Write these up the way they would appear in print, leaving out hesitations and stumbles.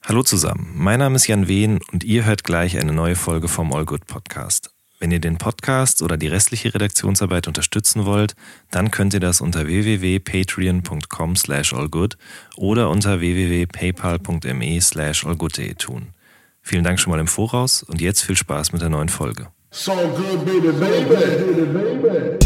Hallo zusammen, mein Name ist Jan Wehn und ihr hört gleich eine neue Folge vom All Good Podcast. Wenn ihr den Podcast oder die restliche Redaktionsarbeit unterstützen wollt, dann könnt ihr das unter www.patreon.com/allgood oder unter www.paypal.me/allgood.de tun. Vielen Dank schon mal im Voraus und jetzt viel Spaß mit der neuen Folge. So good, baby, baby.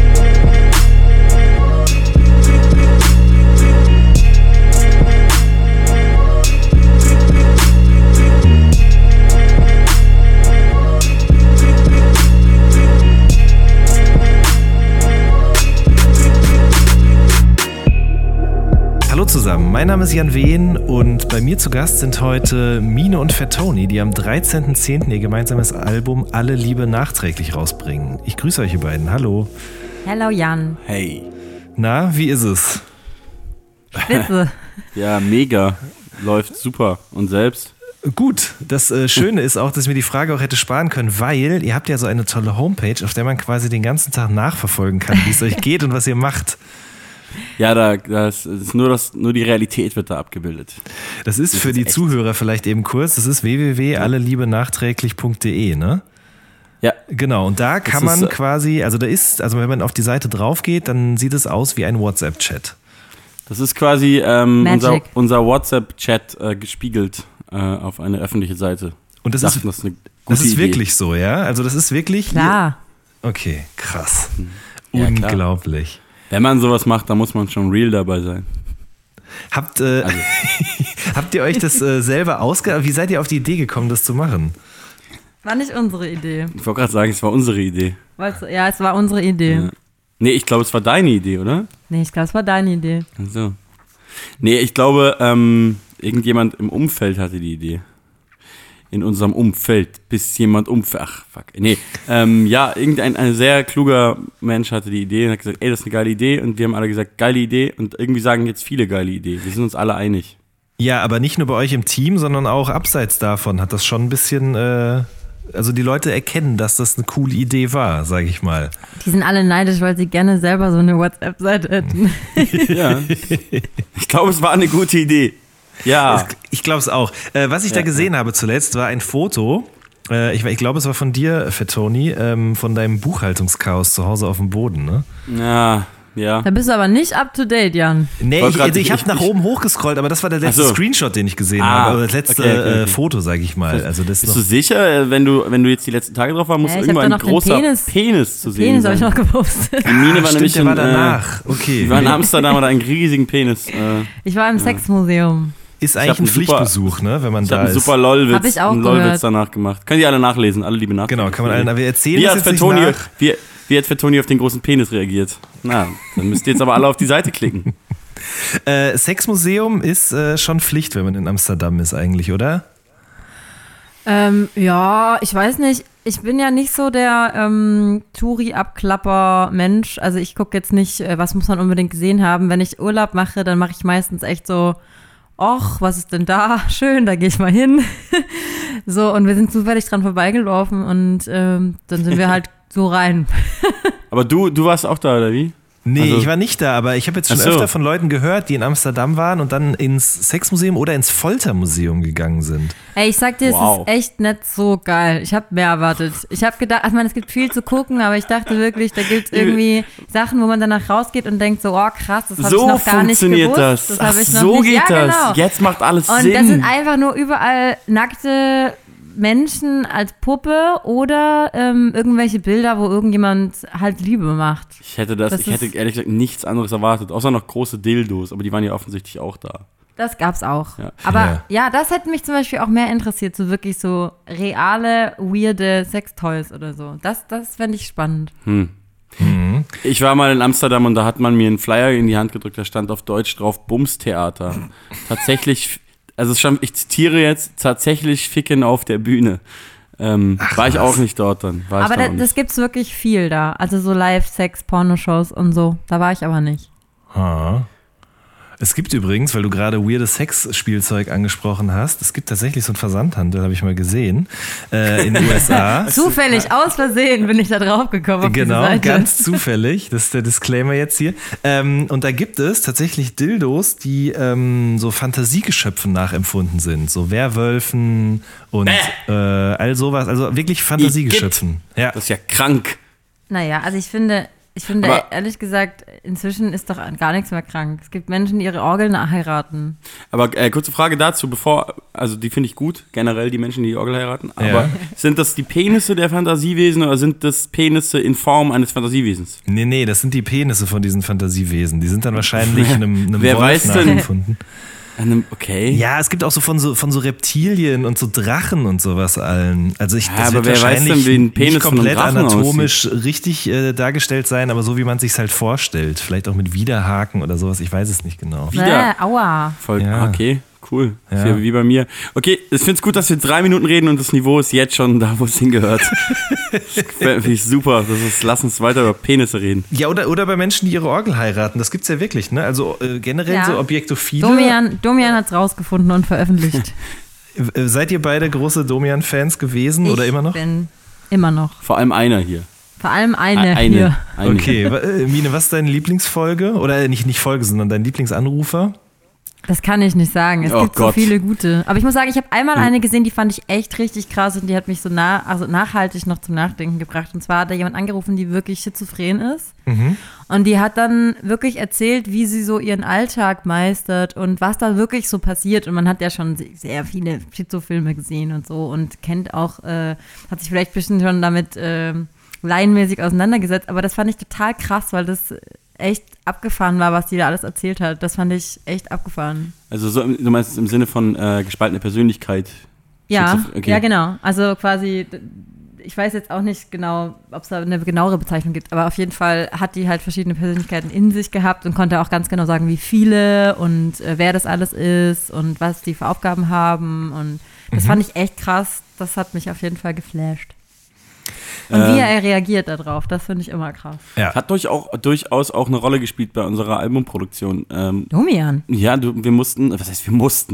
Hallo zusammen, mein Name ist Jan Wehn und bei mir zu Gast sind heute Mine und Fettoni, die am 13.10. ihr gemeinsames Album Alle Liebe nachträglich rausbringen. Ich grüße euch ihr beiden, hallo. Hallo Jan. Hey. Na, wie ist es? Spitze. Ja, mega. Läuft super. Und selbst? Gut, das Schöne ist auch, dass ich mir die Frage auch hätte sparen können, weil ihr habt ja so eine tolle Homepage, auf der man quasi den ganzen Tag nachverfolgen kann, wie es euch geht und was ihr macht. Ja, das ist nur die Realität wird da abgebildet. Das ist für die Zuhörer vielleicht eben kurz, das ist www.alleliebenachträglich.de, ne? Ja. Genau, und da kann man quasi, also wenn man auf die Seite drauf geht, dann sieht es aus wie ein WhatsApp-Chat. Das ist quasi unser WhatsApp-Chat gespiegelt auf eine öffentliche Seite. Und das ist wirklich so, ja? Also das ist wirklich... Klar. Okay, krass. Ja, unglaublich. Klar. Wenn man sowas macht, dann muss man schon real dabei sein. Habt ihr euch das selber ausgedacht? Wie seid ihr auf die Idee gekommen, das zu machen? War nicht unsere Idee. Ich wollte gerade sagen, es war unsere Idee. Ja, es war unsere Idee. Ja. Nee, ich glaube, es war deine Idee, oder? Nee, ich glaube, es war deine Idee. Ach so. Nee, ich glaube, irgendjemand im Umfeld hatte die Idee. In unserem Umfeld, bis jemand irgendein sehr kluger Mensch hatte die Idee und hat gesagt, ey, das ist eine geile Idee. Und wir haben alle gesagt, geile Idee. Und irgendwie sagen jetzt viele geile Idee. Wir sind uns alle einig. Ja, aber nicht nur bei euch im Team, sondern auch abseits davon hat das schon ein bisschen, also die Leute erkennen, dass das eine coole Idee war, sage ich mal. Die sind alle neidisch, weil sie gerne selber so eine WhatsApp-Seite hätten. Ja, ich glaube, es war eine gute Idee. Ja. Ich glaube es auch. Was ich da gesehen habe zuletzt, war ein Foto. Ich glaube, es war von dir, Fettoni, von deinem Buchhaltungschaos zu Hause auf dem Boden, ne? Ja. Da bist du aber nicht up to date, Jan. Nee, ich habe nach oben hochgescrollt, aber das war der letzte Screenshot, den ich gesehen habe. Oder das letzte Foto, sage ich mal. Also das bist du sicher, wenn du jetzt die letzten Tage drauf warst, muss irgendwann ein großer Penis zu sehen sein. Penis habe ich noch gepostet. Die Mine war nämlich der war danach. Okay. Die war in Amsterdam oder einen riesigen Penis. Ich war im Sexmuseum. Ist eigentlich ein Pflichtbesuch, ne, wenn man da ist. Ich habe einen super LOL-Witz, hab ich auch gehört. danach gemacht. Können die alle nachlesen, alle Liebe nachlesen. Genau, kann man allen, aber wir erzählen das jetzt nicht nach. Wie hat Fettoni auf den großen Penis reagiert? Na, dann müsst ihr jetzt aber alle auf die Seite klicken. Sexmuseum ist schon Pflicht, wenn man in Amsterdam ist eigentlich, oder? Ja, ich weiß nicht. Ich bin ja nicht so der Touri-Abklapper-Mensch. Also ich gucke jetzt nicht, was muss man unbedingt gesehen haben. Wenn ich Urlaub mache, dann mache ich meistens echt so, och, was ist denn da? Schön, da gehe ich mal hin. So, und wir sind zufällig dran vorbeigelaufen und dann sind wir halt so rein. Aber du warst auch da, oder wie? Nee, also, ich war nicht da, aber ich habe jetzt schon öfter von Leuten gehört, die in Amsterdam waren und dann ins Sexmuseum oder ins Foltermuseum gegangen sind. Ey, ich sag dir, es ist echt nicht so geil. Ich habe mehr erwartet. Ich habe gedacht, es gibt viel zu gucken, aber ich dachte wirklich, da gibt es irgendwie Sachen, wo man danach rausgeht und denkt so, oh krass, das habe ich noch gar nicht gewusst. Das so geht das. Genau. Jetzt macht alles Sinn. Und das sind einfach nur überall nackte Menschen als Puppe oder irgendwelche Bilder, wo irgendjemand halt Liebe macht. Ich hätte ehrlich gesagt nichts anderes erwartet, außer noch große Dildos, aber die waren ja offensichtlich auch da. Das gab's auch. Ja. Aber ja, das hätte mich zum Beispiel auch mehr interessiert, so wirklich so reale, weirde Sextoys oder so. Das fände ich spannend. Ich war mal in Amsterdam und da hat man mir einen Flyer in die Hand gedrückt, da stand auf Deutsch drauf Bumstheater. Tatsächlich, also ich zitiere jetzt, tatsächlich Ficken auf der Bühne. War ich auch nicht dort dann. Aber das gibt's wirklich viel da. Also so Live-Sex, Pornoshows und so. Da war ich aber nicht. Es gibt übrigens, weil du gerade weirdes Sexspielzeug angesprochen hast, es gibt tatsächlich so einen Versandhandel, habe ich mal gesehen, in den USA. Zufällig, aus Versehen bin ich da drauf gekommen auf Genau, diese Seite. ganz zufällig. Das ist der Disclaimer jetzt hier. Und da gibt es tatsächlich Dildos, die so Fantasiegeschöpfen nachempfunden sind. So Werwölfen und all sowas. Also wirklich Fantasiegeschöpfen. Ja. Das ist ja krank. Naja, also ich finde Aber- ehrlich gesagt, inzwischen ist doch gar nichts mehr krank. Es gibt Menschen, die ihre Orgeln heiraten. Aber kurze Frage dazu, also die finde ich gut, generell die Menschen, die die Orgel heiraten. Aber Ja. sind das die Penisse der Fantasiewesen oder sind das Penisse in Form eines Fantasiewesens? Nee, das sind die Penisse von diesen Fantasiewesen. Die sind dann wahrscheinlich einem Wer Wolf weiß denn? nachempfunden. Okay. Ja, es gibt auch so von so Reptilien und so Drachen und sowas allen. Also das aber wird wer weiß wahrscheinlich denn, wie ein Penis nicht von einem komplett Drachen anatomisch richtig dargestellt sein, aber so wie man sich halt vorstellt. Vielleicht auch mit Widerhaken oder sowas, ich weiß es nicht genau. Wieder. Aua. Voll, Ja. okay, cool. Ja. Ist wie bei mir. Okay, ich finde es gut, dass wir 3 Minuten reden und das Niveau ist jetzt schon da, wo es hingehört. Finde ich super. Lass uns weiter über Penisse reden. Ja, oder bei Menschen, die ihre Orgel heiraten, das gibt's ja wirklich, ne? Also generell Ja. so Objektophile. Domian hat es rausgefunden und veröffentlicht. Seid ihr beide große Domian-Fans gewesen oder immer noch? Ich bin immer noch. Vor allem einer hier. Vor allem eine Eine. hier. Eine. Okay, Mine, was ist deine Lieblingsfolge? Oder nicht Folge, sondern dein Lieblingsanrufer? Das kann ich nicht sagen. Es Oh gibt Gott. so viele gute. Aber ich muss sagen, ich habe einmal eine gesehen, die fand ich echt richtig krass und die hat mich so nachhaltig noch zum Nachdenken gebracht. Und zwar hat da jemand angerufen, die wirklich schizophren ist. Und die hat dann wirklich erzählt, wie sie so ihren Alltag meistert und was da wirklich so passiert. Und man hat ja schon sehr viele Schizofilme gesehen und so und kennt auch, hat sich vielleicht ein bisschen schon damit laienmäßig auseinandergesetzt. Aber das fand ich total krass, weil das echt abgefahren war, was die da alles erzählt hat. Das fand ich echt abgefahren. Also du meinst es im Sinne von gespaltene Persönlichkeit? Ja, Okay. ja, genau. Also quasi, ich weiß jetzt auch nicht genau, ob es da eine genauere Bezeichnung gibt, aber auf jeden Fall hat die halt verschiedene Persönlichkeiten in sich gehabt und konnte auch ganz genau sagen, wie viele und wer das alles ist und was die für Aufgaben haben. Und das fand ich echt krass. Das hat mich auf jeden Fall geflasht. Und wie er reagiert darauf, das finde ich immer krass. Ja. Hat durchaus auch eine Rolle gespielt bei unserer Albumproduktion. Domian. Ja, wir mussten, was heißt wir mussten?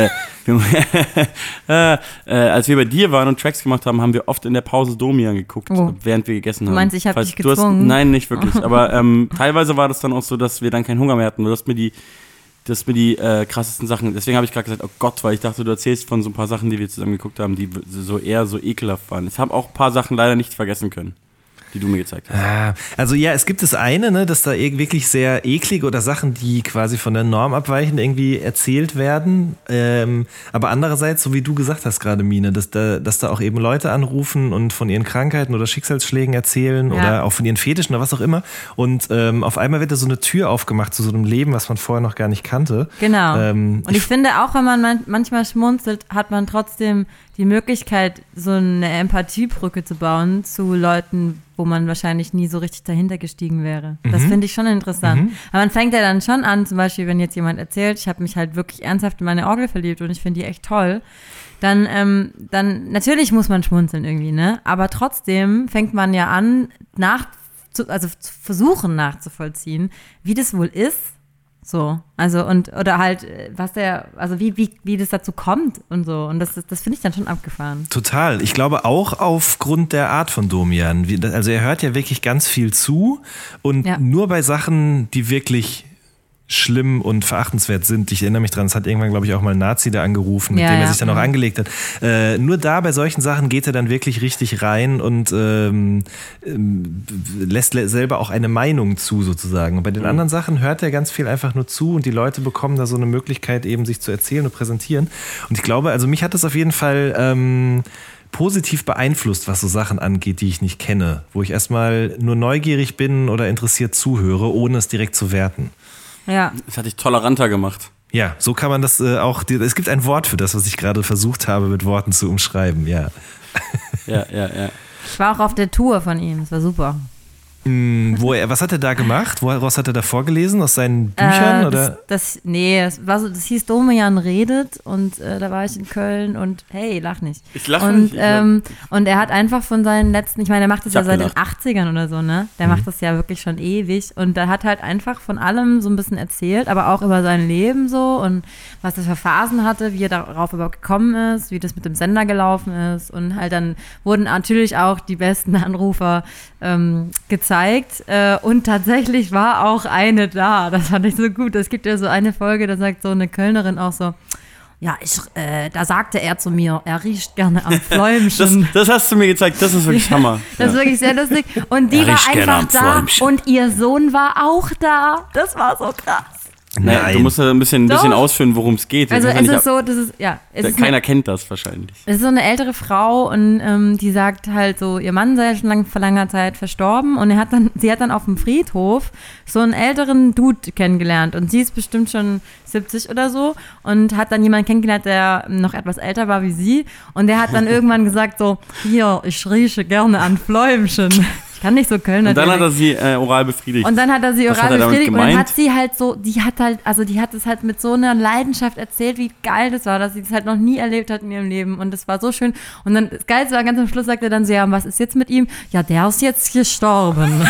Als wir bei dir waren und Tracks gemacht haben, haben wir oft in der Pause Domian geguckt, Oh. während wir gegessen haben. Du meinst, ich habe Falls dich du hast- gezwungen? Nein, nicht wirklich. Aber teilweise war das dann auch so, dass wir dann keinen Hunger mehr hatten. Du hast mir die krassesten Sachen, deswegen habe ich gerade gesagt, oh Gott, weil ich dachte, du erzählst von so ein paar Sachen, die wir zusammen geguckt haben, die so eher so ekelhaft waren. Ich habe auch ein paar Sachen leider nicht vergessen können, die du mir gezeigt hast. Also ja, es gibt das eine, ne, dass da wirklich sehr eklige oder Sachen, die quasi von der Norm abweichen, irgendwie erzählt werden. Aber andererseits, so wie du gesagt hast gerade, Mine, dass da auch eben Leute anrufen und von ihren Krankheiten oder Schicksalsschlägen erzählen oder auch von ihren Fetischen oder was auch immer. Und auf einmal wird da so eine Tür aufgemacht zu so einem Leben, was man vorher noch gar nicht kannte. Genau. Und ich finde, auch wenn man manchmal schmunzelt, hat man trotzdem die Möglichkeit, so eine Empathiebrücke zu bauen zu Leuten, wo man wahrscheinlich nie so richtig dahinter gestiegen wäre. Das finde ich schon interessant. Aber man fängt ja dann schon an, zum Beispiel, wenn jetzt jemand erzählt, ich habe mich halt wirklich ernsthaft in meine Orgel verliebt und ich finde die echt toll, dann natürlich muss man schmunzeln irgendwie, ne? Aber trotzdem fängt man ja an, zu versuchen nachzuvollziehen, wie das wohl ist. So, also oder halt, wie das dazu kommt und so. Und das finde ich dann schon abgefahren. Total. Ich glaube auch aufgrund der Art von Domian. Also er hört ja wirklich ganz viel zu und nur bei Sachen, die wirklich schlimm und verachtenswert sind. Ich erinnere mich dran, es hat irgendwann, glaube ich, auch mal ein Nazi da angerufen, mit dem er sich dann auch angelegt hat. Nur da bei solchen Sachen geht er dann wirklich richtig rein und lässt selber auch eine Meinung zu, sozusagen. Und bei den anderen Sachen hört er ganz viel einfach nur zu und die Leute bekommen da so eine Möglichkeit, eben sich zu erzählen und präsentieren. Und ich glaube, also mich hat das auf jeden Fall positiv beeinflusst, was so Sachen angeht, die ich nicht kenne. Wo ich erstmal nur neugierig bin oder interessiert zuhöre, ohne es direkt zu werten. Ja. Das hat dich toleranter gemacht. Ja, so kann man das auch. Es gibt ein Wort für das, was ich gerade versucht habe, mit Worten zu umschreiben, ja. Ja. Ich war auch auf der Tour von ihm, das war super. Was hat er da gemacht? Woraus hat er da vorgelesen? Aus seinen Büchern? Oder? Das hieß Domian redet und da war ich in Köln und hey, lach nicht. Ich lache nicht. Und er hat einfach von seinen letzten, ich meine, er macht das ja seit gelacht. den 80ern oder so, ne? Der macht das ja wirklich schon ewig und der hat halt einfach von allem so ein bisschen erzählt, aber auch über sein Leben so und was er für Phasen hatte, wie er darauf überhaupt gekommen ist, wie das mit dem Sender gelaufen ist und halt dann wurden natürlich auch die besten Anrufer gezeigt und tatsächlich war auch eine da. Das fand ich so gut. Es gibt ja so eine Folge, da sagt so eine Kölnerin auch so, ja, da sagte er zu mir, er riecht gerne am Fläumchen. Das hast du mir gezeigt, das ist wirklich Hammer. Das ist wirklich sehr lustig. Und die war einfach da und ihr Sohn war auch da. Das war so krass. Nein. Du musst ja ein bisschen ausführen, worum es geht. Also es ist so, keiner kennt das wahrscheinlich. Es ist so eine ältere Frau und die sagt halt so, ihr Mann sei schon vor langer Zeit verstorben und sie hat dann auf dem Friedhof so einen älteren Dude kennengelernt und sie ist bestimmt schon 70 oder so und hat dann jemanden kennengelernt, der noch etwas älter war wie sie und der hat dann irgendwann gesagt so, hier, ich rieche gerne an Fläumchen. Ich kann nicht so Kölner. Und dann hat er sie oral befriedigt. Und dann hat er sie oral befriedigt und dann hat sie halt so, die hat es halt mit so einer Leidenschaft erzählt, wie geil das war, dass sie das halt noch nie erlebt hat in ihrem Leben und das war so schön. Und dann, das Geilste war, ganz am Schluss sagte er dann so, ja, was ist jetzt mit ihm? Ja, der ist jetzt gestorben.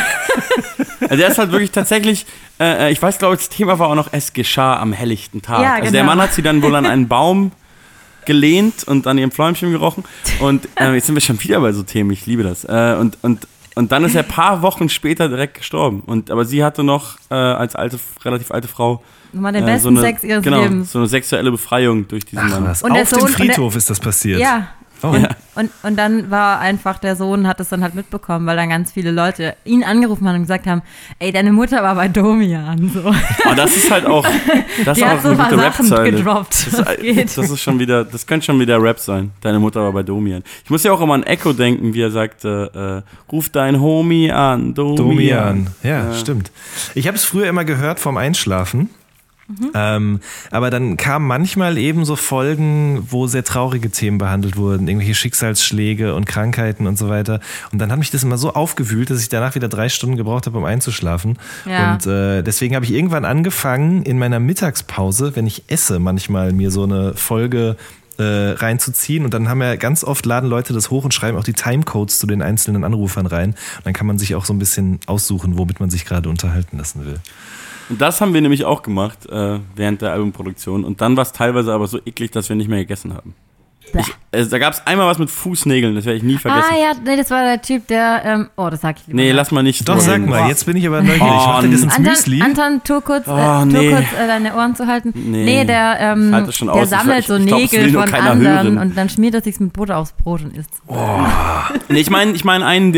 Also der ist halt wirklich tatsächlich, ich weiß, glaube ich, das Thema war auch noch, es geschah am helllichten Tag. Ja, also der Mann hat sie dann wohl an einen Baum gelehnt und an ihrem Fläumchen gerochen und jetzt sind wir schon wieder bei so Themen, ich liebe das. Und dann ist er ein paar Wochen später direkt gestorben. Aber sie hatte noch als relativ alte Frau nochmal den besten Sex ihres Lebens. So eine sexuelle Befreiung durch diesen Mann. Was? Und auf dem Friedhof ist das passiert? Ja. Oh. Und dann war einfach, der Sohn hat es dann halt mitbekommen, weil dann ganz viele Leute ihn angerufen haben und gesagt haben, ey, deine Mutter war bei Domian. So. Oh, das ist halt auch, das die ist hat auch so eine gute Rap-Zeile. gedroppt. Das ist schon wieder, das könnte schon wieder Rap sein. Deine Mutter war bei Domian. Ich muss ja auch immer an Echo denken, wie er sagte, ruf dein Homie an, Domian. Ja, stimmt. Ich habe es früher immer gehört vorm Einschlafen. Aber dann kamen manchmal eben so Folgen, wo sehr traurige Themen behandelt wurden, irgendwelche Schicksalsschläge und Krankheiten und so weiter. Und dann hat mich das immer so aufgewühlt, dass ich danach wieder 3 Stunden gebraucht habe, um einzuschlafen. Ja. Und deswegen habe ich irgendwann angefangen, in meiner Mittagspause, wenn ich esse, manchmal mir so eine Folge reinzuziehen. Und dann haben ja ganz oft, laden Leute das hoch und schreiben auch die Timecodes zu den einzelnen Anrufern rein. Und dann kann man sich auch so ein bisschen aussuchen, womit man sich gerade unterhalten lassen will. Und das haben wir nämlich auch gemacht während der Albumproduktion. Und dann war es teilweise aber so eklig, dass wir nicht mehr gegessen haben. Da gab es einmal was mit Fußnägeln, das werde ich nie vergessen. Ah ja, nee, das war der Typ, der, das sag ich lieber. Nee, lass mal nicht. Doch, sag mal, jetzt bin ich aber neugierig. Macht ihr das ins Müsli? Anton, tu kurz deine Ohren zu halten. Nee, der sammelt so Nägel von anderen und dann schmiert er sich mit Butter aufs Brot und isst. Nee, ich meine einen,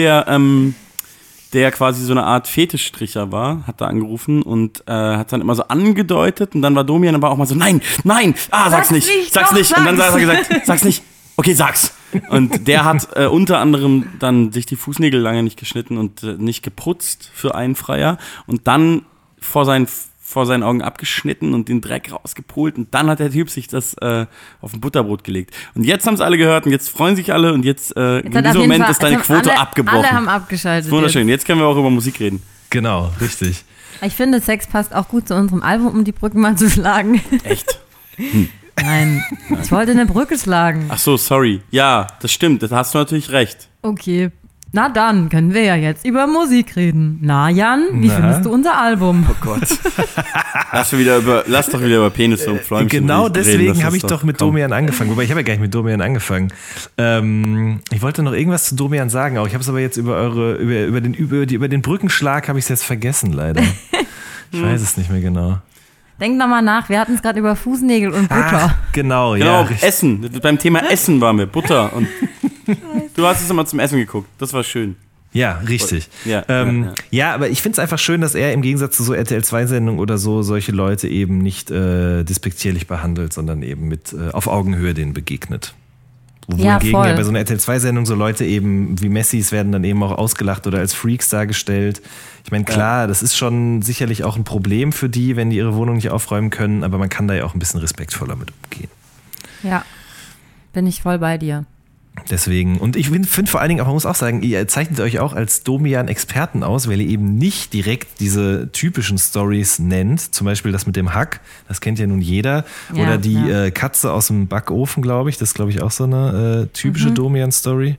der quasi so eine Art Fetischstricher war, hat da angerufen und hat dann immer so angedeutet und dann war Domian aber auch mal so, nein, sag's nicht. Und dann hat er gesagt, sag's nicht, okay, sag's. Und der hat unter anderem dann sich die Fußnägel lange nicht geschnitten und nicht geputzt für einen Freier und dann vor seinen Augen abgeschnitten und den Dreck rausgepult und dann hat der Typ sich das auf ein Butterbrot gelegt. Und jetzt haben es alle gehört und jetzt freuen sich alle und jetzt in diesem Moment ist deine Quote abgebrochen. Alle haben abgeschaltet. Wunderschön, jetzt können wir auch über Musik reden. Genau, richtig. Ich finde, Sex passt auch gut zu unserem Album, um die Brücke mal zu schlagen. Echt? Nein, ich wollte eine Brücke schlagen. Ach so, sorry. Ja, das stimmt, da hast du natürlich recht. Okay. Na dann, können wir ja jetzt über Musik reden. Na Jan, wie findest du unser Album? Oh Gott. Lass doch wieder über Penisse und Fläumchen Genau reden. Deswegen habe ich doch mit Domian angefangen. Wobei, ich habe ja gar nicht mit Domian angefangen. Ich wollte noch irgendwas zu Domian sagen, auch ich habe es aber jetzt über den Brückenschlag habe ich es jetzt vergessen, leider. Ich weiß es nicht mehr genau. Denk nochmal nach, wir hatten es gerade über Fußnägel und Butter. Genau, ja. Essen. Beim Thema Essen waren wir, Butter. Und du hast es immer zum Essen geguckt, das war schön. Ja, richtig. Ja, aber ich finde es einfach schön, dass er im Gegensatz zu so RTL-2-Sendungen oder so solche Leute eben nicht despektierlich behandelt, sondern eben mit auf Augenhöhe denen begegnet. Wohingegen ja bei so einer RTL-2-Sendung so Leute eben wie Messis werden dann eben auch ausgelacht oder als Freaks dargestellt. Ich meine, klar, das ist schon sicherlich auch ein Problem für die, wenn die ihre Wohnung nicht aufräumen können, aber man kann da ja auch ein bisschen respektvoller mit umgehen. Ja, bin ich voll bei dir. Deswegen, und ich finde vor allen Dingen, aber man muss auch sagen, ihr zeichnet euch auch als Domian-Experten aus, weil ihr eben nicht direkt diese typischen Stories nennt. Zum Beispiel das mit dem Hack, das kennt ja nun jeder. Ja, oder die Katze aus dem Backofen, glaube ich. Das ist, glaube ich, auch so eine typische Domian-Story.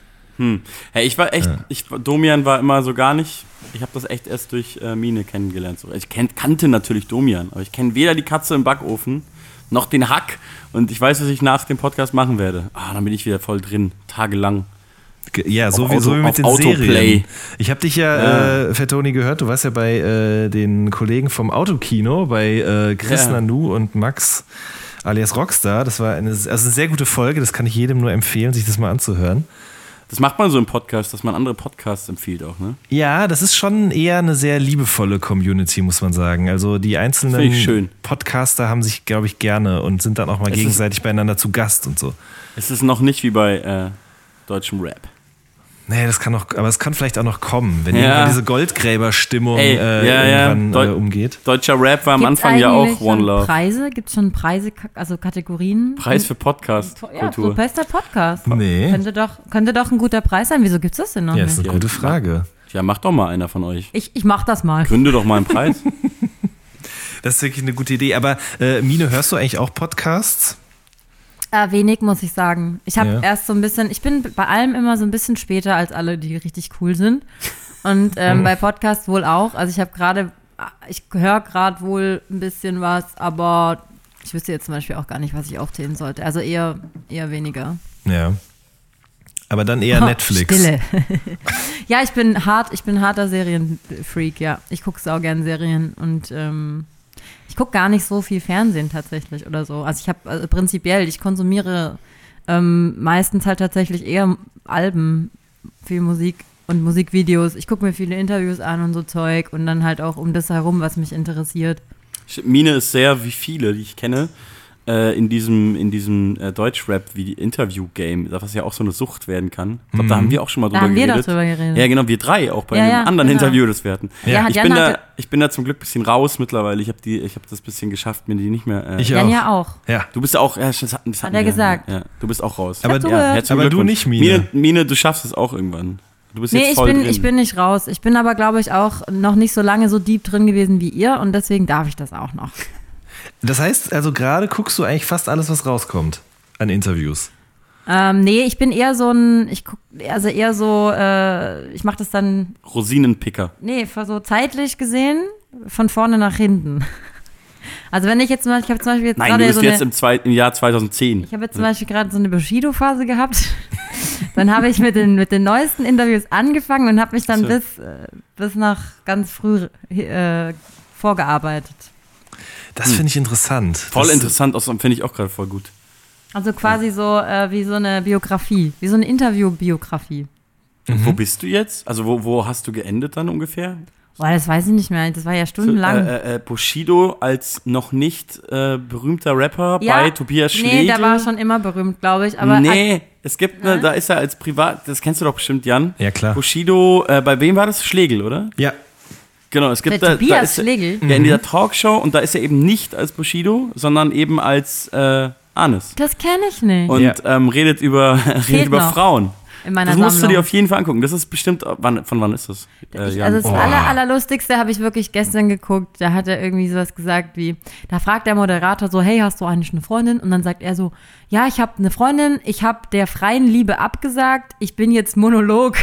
Hey, Domian war immer so gar nicht. Ich habe das echt erst durch Mine kennengelernt. So. Ich kannte natürlich Domian, aber ich kenne weder die Katze im Backofen noch den Hack. Und ich weiß, was ich nach dem Podcast machen werde. Dann bin ich wieder voll drin, tagelang. Ja, so wie mit den Autoplay. Serien. Ich habe dich ja, Fettoni, gehört. Du warst ja bei den Kollegen vom Autokino, bei Chris Nanu und Max alias Rockstar. Das war eine sehr gute Folge. Das kann ich jedem nur empfehlen, sich das mal anzuhören. Das macht man so im Podcast, dass man andere Podcasts empfiehlt auch, ne? Ja, das ist schon eher eine sehr liebevolle Community, muss man sagen. Also die einzelnen Podcaster haben sich, glaube ich, gerne und sind dann auch mal gegenseitig beieinander zu Gast und so. Es ist noch nicht wie bei deutschem Rap. Nee, aber es kann vielleicht auch noch kommen, wenn irgendwann diese Goldgräber-Stimmung irgendwann umgeht. Deutscher Rap war am Anfang ja auch One Love. Preise? Gibt es schon Preise, also Kategorien? Preis für Podcast-Kultur. Ja, so bester Podcast. Nee. Könnte doch ein guter Preis sein. Wieso gibt's das denn noch Ja, nicht? ist eine gute Frage. Ja, mach doch mal einer von euch. Ich mach das mal. Gründe doch mal einen Preis. Das ist wirklich eine gute Idee. Aber Mine, hörst du eigentlich auch Podcasts? Wenig, muss ich sagen. Ich habe erst so ein bisschen, ich bin bei allem immer so ein bisschen später als alle, die richtig cool sind. Und bei Podcasts wohl auch. Also ich höre gerade wohl ein bisschen was, aber ich wüsste jetzt zum Beispiel auch gar nicht, was ich aufzählen sollte. Also eher weniger. Ja. Aber dann eher Netflix. Stille. Ja, ich bin harter Serienfreak, ja. Ich gucke sau gern Serien und ich gucke gar nicht so viel Fernsehen tatsächlich oder so. Also ich habe prinzipiell, ich konsumiere meistens halt tatsächlich eher Alben, viel Musik und Musikvideos. Ich gucke mir viele Interviews an und so Zeug und dann halt auch um das herum, was mich interessiert. Mine ist sehr, wie viele, die ich kenne, in diesem Deutschrap-Interview-Game, was ja auch so eine Sucht werden kann. Ich glaube, da haben wir auch schon mal drüber geredet. Da haben wir doch drüber geredet. Ja, genau, wir drei auch bei einem anderen Interview, das wir hatten. Ja, ich bin da zum Glück ein bisschen raus mittlerweile. Ich hab das bisschen geschafft, mir die nicht mehr... Jan ja auch. Ja. Du bist ja auch... das hat er gesagt. Ja, du bist auch raus. Aber du nicht, Mine. Mine, du schaffst es auch irgendwann. Du bist jetzt voll drin. Ich bin nicht raus. Ich bin aber, glaube ich, auch noch nicht so lange so deep drin gewesen wie ihr und deswegen darf ich das auch noch. Das heißt, also gerade guckst du eigentlich fast alles, was rauskommt an Interviews. Nee, ich bin eher so ich mache das dann... Rosinenpicker. Nee, so zeitlich gesehen, von vorne nach hinten. Also wenn ich habe zum Beispiel jetzt gerade so du bist jetzt im Jahr 2010. Ich habe jetzt zum Beispiel gerade so eine Bushido-Phase gehabt. Dann habe ich mit den neuesten Interviews angefangen und habe mich dann bis nach ganz früh vorgearbeitet. Das finde ich interessant. Voll interessant, finde ich auch gerade voll gut. Also quasi so wie so eine Biografie, wie so eine Interviewbiografie. Wo bist du jetzt? Also wo hast du geendet dann ungefähr? Boah, das weiß ich nicht mehr, das war ja stundenlang. Bushido als noch nicht berühmter Rapper bei Tobias Schlegel. Nee, der war schon immer berühmt, glaube ich. Aber es gibt da ist er als Privat, das kennst du doch bestimmt, Jan. Ja, klar. Bushido, bei wem war das? Schlegel, oder? Ja. Genau, es gibt Tobias Schlegel. Ja, in dieser Talkshow und da ist er eben nicht als Bushido, sondern eben als Anis. Das kenne ich nicht. Und redet über Frauen. In meiner das musst Sammlung. Du dir auf jeden Fall angucken. Das ist bestimmt, von wann ist das? Also das Allerlustigste habe ich wirklich gestern geguckt. Da hat er irgendwie sowas gesagt wie, da fragt der Moderator so, hey, hast du eigentlich eine Freundin? Und dann sagt er so, ja, ich habe eine Freundin, ich habe der freien Liebe abgesagt, ich bin jetzt Monolog.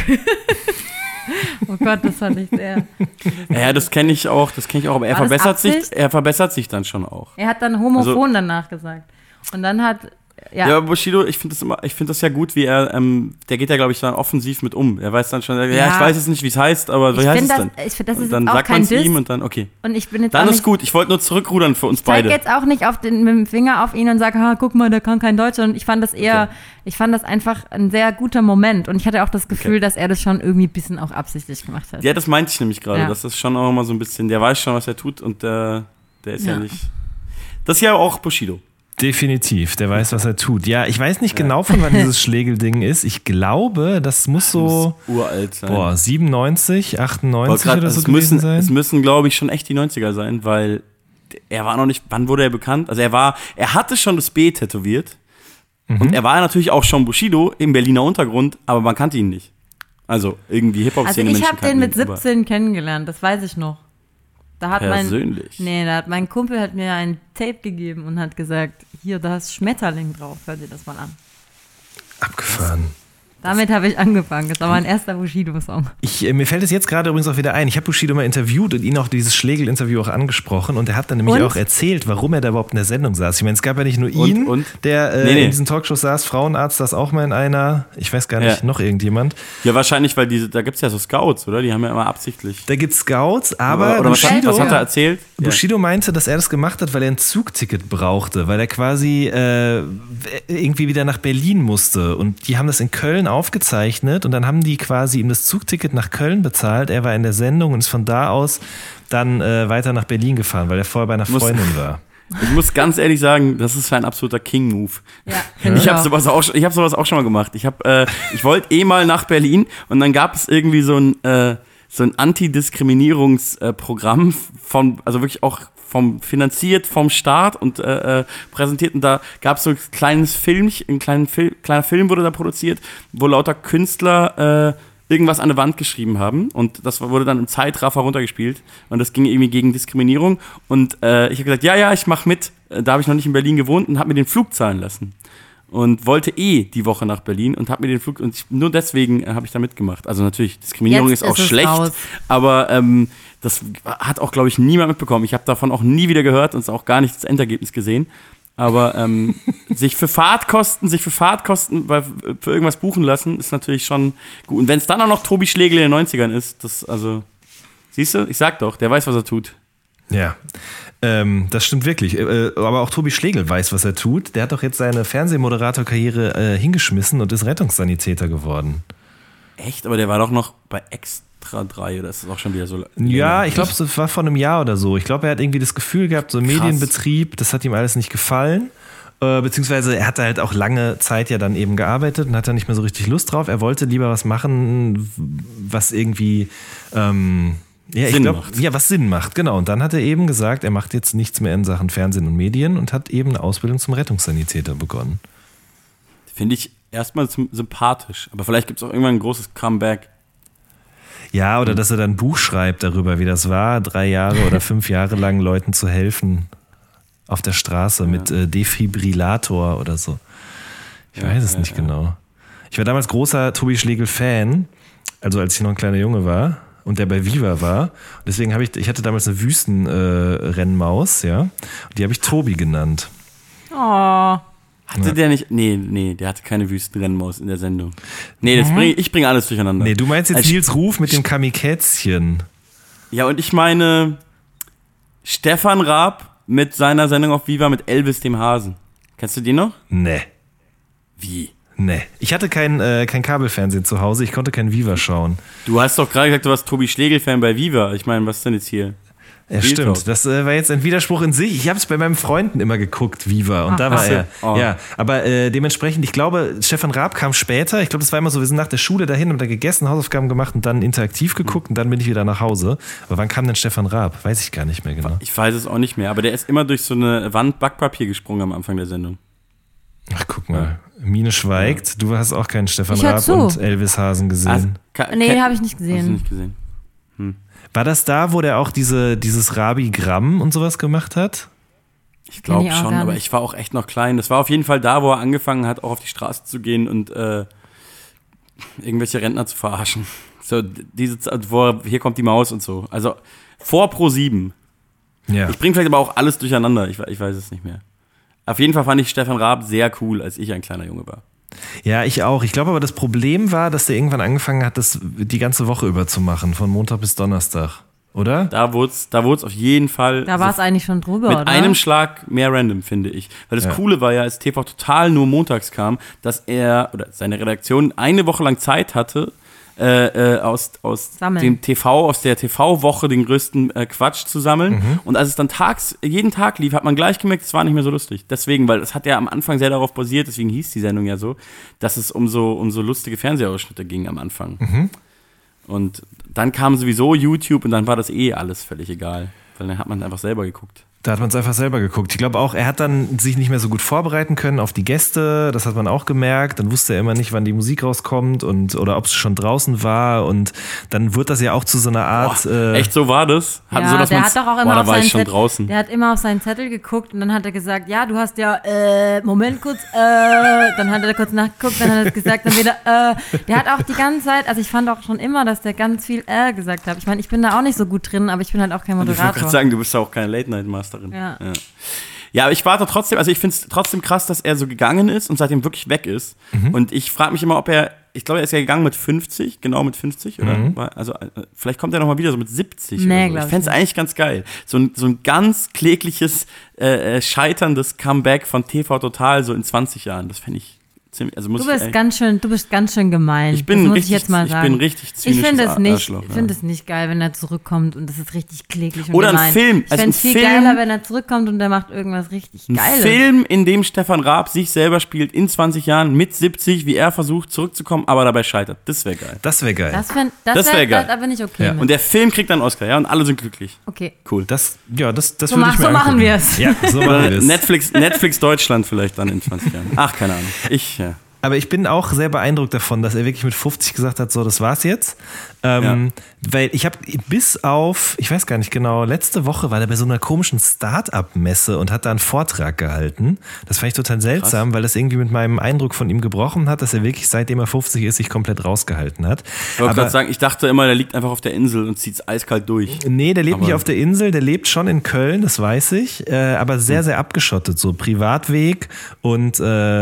Oh Gott, das fand ich sehr. Ja, das kenne ich auch, aber er verbessert sich dann schon auch. Er hat dann homophon danach gesagt. Und dann hat... Ja, Bushido, ich finde das ja gut, wie er, der geht ja, glaube ich, dann offensiv mit um. Er weiß dann schon, ich weiß jetzt nicht, wie es heißt, aber wie heißt es denn? Ich finde, das ist dann auch sagt man es ihm und dann, okay. Und ich bin jetzt dann auch ist gut, ich wollte nur zurückrudern für uns beide. Ich zeige jetzt auch nicht mit dem Finger auf ihn und sage, guck mal, der kann kein Deutsch. Und ich fand das ich fand das einfach ein sehr guter Moment. Und ich hatte auch das Gefühl, dass er das schon irgendwie ein bisschen auch absichtlich gemacht hat. Ja, das meinte ich nämlich gerade. Ja. Das ist schon auch immer so ein bisschen, der weiß schon, was er tut und der ist ja nicht. Das ist ja auch Bushido. Definitiv, der weiß, was er tut. Ja, ich weiß nicht genau, von wann dieses Schlegel-Ding ist. Ich glaube, das muss so uralt sein. 97, 98 oder so gewesen sein. Es müssen, glaube ich, schon echt die 90er sein, weil er war noch nicht, wann wurde er bekannt? Also er hatte schon das B tätowiert, Und er war natürlich auch schon Bushido im Berliner Untergrund, aber man kannte ihn nicht. Also irgendwie Hip-Hop-Szene. Also ich habe den mit 17 kennengelernt, das weiß ich noch. Da hat persönlich? Mein Kumpel hat mir ein Tape gegeben und hat gesagt, hier, da ist Schmetterling drauf, hör dir das mal an. Abgefahren. Damit habe ich angefangen. Das war mein erster Bushido-Song. Mir fällt es jetzt gerade übrigens auch wieder ein. Ich habe Bushido mal interviewt und ihn auch dieses Schlegel-Interview auch angesprochen. Und er hat dann nämlich auch erzählt, warum er da überhaupt in der Sendung saß. Ich meine, es gab ja nicht nur ihn, der in diesen Talkshows saß. Frauenarzt saß auch mal in einer. Ich weiß gar nicht, noch irgendjemand. Ja, wahrscheinlich, weil da gibt es ja so Scouts, oder? Die haben ja immer absichtlich. Da gibt es Scouts, aber oder Bushido, was hat er erzählt? Bushido meinte, dass er das gemacht hat, weil er ein Zugticket brauchte. Weil er quasi irgendwie wieder nach Berlin musste. Und die haben das in Köln aufgezeichnet. Und dann haben die quasi ihm das Zugticket nach Köln bezahlt. Er war in der Sendung und ist von da aus dann weiter nach Berlin gefahren, weil er vorher bei einer Freundin war. Ich muss ganz ehrlich sagen, das ist ein absoluter King-Move. Ja, ich habe sowas auch schon mal gemacht. Ich wollte mal nach Berlin und dann gab es irgendwie so ein Antidiskriminierungsprogramm also wirklich auch finanziert vom Staat und präsentiert. Und da gab es so ein kleines kleiner Film wurde da produziert, wo lauter Künstler irgendwas an der Wand geschrieben haben. Und das wurde dann im Zeitraffer runtergespielt. Und das ging irgendwie gegen Diskriminierung. Und ich habe gesagt, ja, ich mache mit. Da habe ich noch nicht in Berlin gewohnt und habe mir den Flug zahlen lassen. Und wollte die Woche nach Berlin und habe mir den Flug, und nur deswegen habe ich da mitgemacht. Also natürlich, Diskriminierung ist auch schlecht, aber das hat auch, glaube ich, niemand mitbekommen. Ich habe davon auch nie wieder gehört und es auch gar nicht das Endergebnis gesehen. Aber sich für Fahrtkosten für irgendwas buchen lassen, ist natürlich schon gut. Und wenn es dann auch noch Tobi Schlegel in den 90ern ist, siehst du, ich sag doch, der weiß, was er tut. Ja, das stimmt wirklich. Aber auch Tobi Schlegel weiß, was er tut. Der hat doch jetzt seine Fernsehmoderatorkarriere hingeschmissen und ist Rettungssanitäter geworden. Echt? Aber der war doch noch bei Extra 3 oder ist das auch schon wieder so? Ja, ich glaube, es war vor einem Jahr oder so. Ich glaube, er hat irgendwie das Gefühl gehabt, so Medienbetrieb, das hat ihm alles nicht gefallen. Beziehungsweise er hat halt auch lange Zeit ja dann eben gearbeitet und hat da nicht mehr so richtig Lust drauf. Er wollte lieber was machen, was irgendwie was Sinn macht, genau. Und dann hat er eben gesagt, er macht jetzt nichts mehr in Sachen Fernsehen und Medien und hat eben eine Ausbildung zum Rettungssanitäter begonnen. Finde ich erstmal sympathisch, aber vielleicht gibt es auch irgendwann ein großes Comeback. Ja, oder dass er dann ein Buch schreibt darüber, wie das war, 3 Jahre oder 5 Jahre lang Leuten zu helfen auf der Straße mit Defibrillator oder so. Ich weiß es nicht genau. Ich war damals großer Tobi Schlegel-Fan, also als ich noch ein kleiner Junge war. Und der bei Viva war. Und deswegen ich hatte damals eine Wüstenrennmaus, ja. Und die habe ich Tobi genannt. Oh. Hatte der nicht? Nee, der hatte keine Wüstenrennmaus in der Sendung. Nee, ich bringe alles durcheinander. Nee, du meinst jetzt Nils Ruf mit dem Kamikätzchen. Ja, und ich meine Stefan Raab mit seiner Sendung auf Viva mit Elvis dem Hasen. Kennst du die noch? Nee. Wie? Nee. Ich hatte kein Kabelfernsehen zu Hause, ich konnte kein Viva schauen. Du hast doch gerade gesagt, du warst Tobi Schlegel-Fan bei Viva. Ich meine, was ist denn jetzt hier? Ja, stimmt. Das war jetzt ein Widerspruch in sich. Ich habe es bei meinen Freunden immer geguckt, Viva. Und da war er. Oh. Ja, aber dementsprechend, ich glaube, Stefan Raab kam später. Ich glaube, das war immer so, wir sind nach der Schule dahin, haben da gegessen, Hausaufgaben gemacht und dann interaktiv geguckt und dann bin ich wieder nach Hause. Aber wann kam denn Stefan Raab? Weiß ich gar nicht mehr genau. Ich weiß es auch nicht mehr, aber der ist immer durch so eine Wand Backpapier gesprungen am Anfang der Sendung. Ach, guck mal. Mine schweigt. Du hast auch keinen Stefan Raab und Elvis Hasen gesehen. Nee, habe ich nicht gesehen. Hast du nicht gesehen? War das da, wo der auch dieses Rabi-Gramm und sowas gemacht hat? Ich glaube schon, aber ich war auch echt noch klein. Das war auf jeden Fall da, wo er angefangen hat, auch auf die Straße zu gehen und irgendwelche Rentner zu verarschen. So, hier kommt die Maus und so. Also vor Pro7. Ja. Ich bringe vielleicht aber auch alles durcheinander. Ich weiß es nicht mehr. Auf jeden Fall fand ich Stefan Raab sehr cool, als ich ein kleiner Junge war. Ja, ich auch. Ich glaube aber, das Problem war, dass der irgendwann angefangen hat, das die ganze Woche über zu machen, von Montag bis Donnerstag, oder? Da wurde es auf jeden Fall. Da war es eigentlich schon drüber, mit oder? einem Schlag mehr random, finde ich. Weil das Coole war ja, als TV Total nur montags kam, dass er oder seine Redaktion eine Woche lang Zeit hatte, aus der TV-Woche den größten Quatsch zu sammeln. Mhm. Und als es dann jeden Tag lief, hat man gleich gemerkt, es war nicht mehr so lustig. Deswegen, weil es hat ja am Anfang sehr darauf basiert, deswegen hieß die Sendung ja so, dass es um so lustige Fernsehausschnitte ging am Anfang. Mhm. Und dann kam sowieso YouTube und dann war das alles völlig egal. Weil dann hat man einfach selber geguckt. Da hat man es einfach selber geguckt. Ich glaube auch, er hat dann sich nicht mehr so gut vorbereiten können auf die Gäste. Das hat man auch gemerkt. Dann wusste er immer nicht, wann die Musik rauskommt oder ob es schon draußen war. Und dann wird das ja auch zu so einer Art. Echt, so war das? Ja, so, dass der hat doch auch immer da auf war seinen ich schon Zettel, draußen. Der hat immer auf seinen Zettel geguckt und dann hat er gesagt, ja, du hast ja, Moment kurz, dann hat er kurz nachgeguckt, dann hat er gesagt, dann wieder, der hat auch die ganze Zeit, also ich fand auch schon immer, dass der ganz viel gesagt hat. Ich meine, ich bin da auch nicht so gut drin, aber ich bin halt auch kein Ich wollte Moderator. gerade sagen, du bist ja auch keine Late-Night-Masterin. Ja, aber ich warte trotzdem, also ich finde es trotzdem krass, dass er so gegangen ist und seitdem wirklich weg ist. Und ich frage mich immer, ich glaube, er ist ja gegangen mit 50, genau mit 50, oder? Also vielleicht kommt er nochmal wieder so mit 70 Nee, oder so. Ich fände es eigentlich ganz geil. So ein ganz klägliches, scheiterndes Comeback von TV Total so in 20 Jahren, das fände ich ziemlich, also Du bist ganz schön gemein. Ich bin das muss richtig, ich jetzt mal sagen. Ich bin richtig zynisches Ich finde es nicht, Arschloch, ich finde es nicht geil, wenn er zurückkommt und das ist richtig kläglich und Oder ein gemein. Film. Ich Also fände es ein viel Film- geiler, wenn er zurückkommt und der macht irgendwas richtig Ein Geiles. Film, in dem Stefan Raab sich selber spielt in 20 Jahren mit 70, wie er versucht zurückzukommen, aber dabei scheitert. Das wäre geil. Das wäre geil. Das wär geil. Da bin ich okay Ja. mit. Und der Film kriegt dann einen Oscar, ja, und alle sind glücklich. Okay. Cool. Das würde ich mir So machen angucken. wir es. Ja, so machen wir es. Netflix Deutschland vielleicht dann in 20 Jahren. Ach, keine Ahnung. Aber ich bin auch sehr beeindruckt davon, dass er wirklich mit 50 gesagt hat, so, das war's jetzt. Weil ich habe bis auf, ich weiß gar nicht genau, letzte Woche war er bei so einer komischen Start-up-Messe und hat da einen Vortrag gehalten. Das fand ich total seltsam, weil das irgendwie mit meinem Eindruck von ihm gebrochen hat, dass er wirklich, seitdem er 50 ist, sich komplett rausgehalten hat. Ich wollte gerade sagen, ich dachte immer, der liegt einfach auf der Insel und zieht's eiskalt durch. Nee, der lebt nicht auf der Insel, der lebt schon in Köln, das weiß ich, aber sehr, sehr abgeschottet, so Privatweg und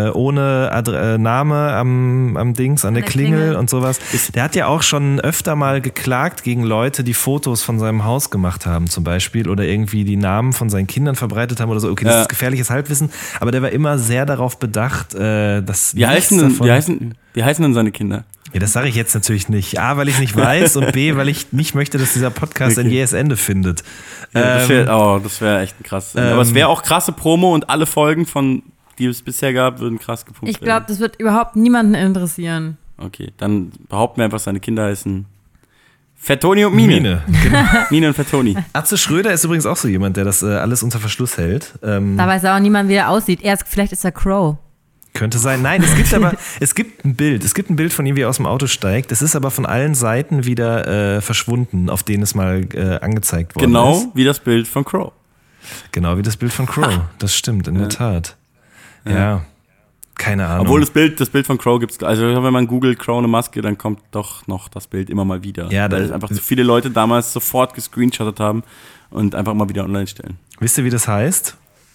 ohne Name am Dings, an der Klingel und sowas. Der hat ja auch schon öfter mal geklagt gegen Leute, die Fotos von seinem Haus gemacht haben zum Beispiel oder irgendwie die Namen von seinen Kindern verbreitet haben oder so. Okay, das ist gefährliches Halbwissen, aber der war immer sehr darauf bedacht, dass Wie heißen denn seine Kinder? Ja, das sage ich jetzt natürlich nicht. A, weil ich nicht weiß und B, weil ich nicht möchte, dass dieser Podcast ein jähes Ende findet. Ja, das wäre echt ein krasses Ende. Aber es wäre auch krasse Promo und alle Folgen die es bisher gab, würden krass gepumpt werden. Ich glaube, das wird überhaupt niemanden interessieren. Okay, dann behaupten wir einfach, seine Kinder heißen Fettoni und Mine. Genau. Mine und Fettoni. Atze Schröder ist übrigens auch so jemand, der das alles unter Verschluss hält. Da weiß auch niemand, wie er aussieht. Vielleicht ist er Crow. Könnte sein. Nein, es gibt ein Bild. Es gibt ein Bild von ihm, wie er aus dem Auto steigt. Es ist aber von allen Seiten wieder verschwunden, auf denen es mal angezeigt worden ist. Genau wie das Bild von Crow. Genau wie das Bild von Crow. Das stimmt, in der Tat. Ja. Keine Ahnung. Obwohl das Bild von Crow gibt's, also wenn man googelt Crow eine Maske, dann kommt doch noch das Bild immer mal wieder. Ja, weil es einfach zu viele Leute damals sofort gescreenshottet haben und einfach mal wieder online stellen. Wisst ihr, wie das heißt?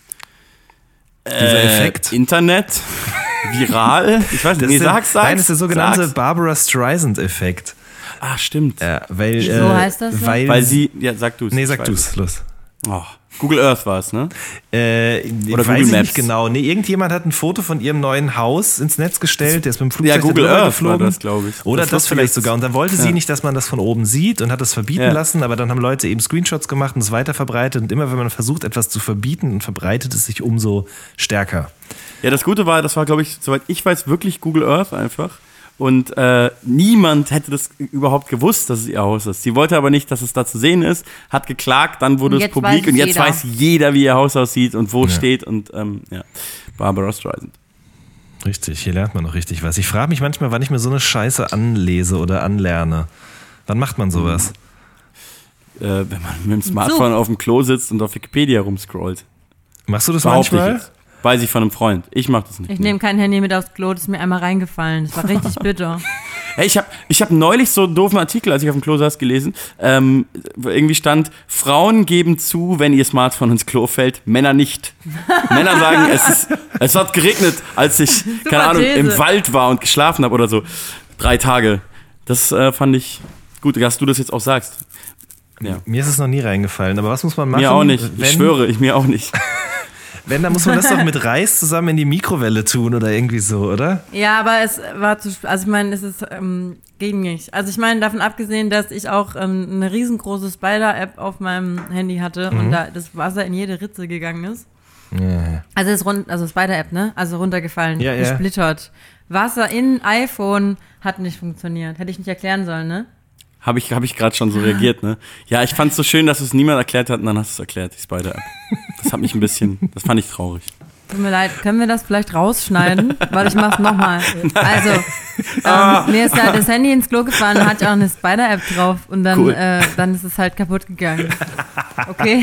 Dieser Effekt? Internet, viral, ich weiß nicht, sag's. Nein, das ist der sogenannte Barbara Streisand-Effekt. Ah, stimmt. Weil, so heißt das so? Weil sie, ja, sag du's. Nee, sag du's, los. Oh, Google Earth war es, ne? Oder Google weiß ich Maps. nicht genau. Nee, irgendjemand hat ein Foto von ihrem neuen Haus ins Netz gestellt, der ist mit dem Flugzeug Google darüber Earth geflogen. war das, glaube ich. Oder das vielleicht sogar. Und dann wollte sie Ja. nicht, dass man das von oben sieht und hat das verbieten lassen, aber dann haben Leute eben Screenshots gemacht und es weiter verbreitet. Und immer wenn man versucht, etwas zu verbieten, dann verbreitet es sich umso stärker. Ja, das Gute war, das war, glaube ich, soweit ich weiß, wirklich Google Earth einfach. Und niemand hätte das überhaupt gewusst, dass es ihr Haus ist. Sie wollte aber nicht, dass es da zu sehen ist, hat geklagt, dann wurde es publik und jetzt weiß jeder, wie ihr Haus aussieht und wo es steht. Und Barbara Streisand. Richtig, hier lernt man noch richtig was. Ich frage mich manchmal, wann ich mir so eine Scheiße anlese oder anlerne. Wann macht man sowas? Wenn man mit dem Smartphone auf dem Klo sitzt und auf Wikipedia rumscrollt. Machst du das Behaupte manchmal? ich jetzt. Weiß ich von einem Freund. Ich mach das nicht. Ich nehme kein Handy mit aufs Klo, das ist mir einmal reingefallen. Das war richtig bitter. Hey, ich hab neulich so einen doofen Artikel, als ich auf dem Klo saß, gelesen. Wo irgendwie stand, Frauen geben zu, wenn ihr Smartphone ins Klo fällt, Männer nicht. Männer sagen, es hat geregnet, als ich, keine Ahnung, These. im Wald war und geschlafen habe oder so. 3 Tage. Das fand ich gut, dass du das jetzt auch sagst. Ja. Mir ist es noch nie reingefallen, aber was muss man machen? Mir auch nicht. Ich schwöre, mir auch nicht. Wenn, dann muss man das doch mit Reis zusammen in die Mikrowelle tun oder irgendwie so, oder? Ja, aber es war also ich meine, es ist ging nicht. Also ich meine, davon abgesehen, dass ich auch eine riesengroße Spider-App auf meinem Handy hatte und da das Wasser in jede Ritze gegangen ist. Ja. Also Spider-App, ne? Also runtergefallen, Ja, ja. gesplittert. Wasser in iPhone hat nicht funktioniert. Hätte ich nicht erklären sollen, ne? Habe ich gerade schon so reagiert, ne? Ja, ich fand es so schön, dass es niemand erklärt hat und dann hast du es erklärt, die Spider-App. Das hat mich ein bisschen, das fand ich traurig. Tut mir leid, können wir das vielleicht rausschneiden? Weil ich mach's nochmal. Also, mir ist das Handy ins Klo gefahren, da hatte ich auch eine Spider-App drauf und dann, Cool. Dann ist es halt kaputt gegangen. Okay?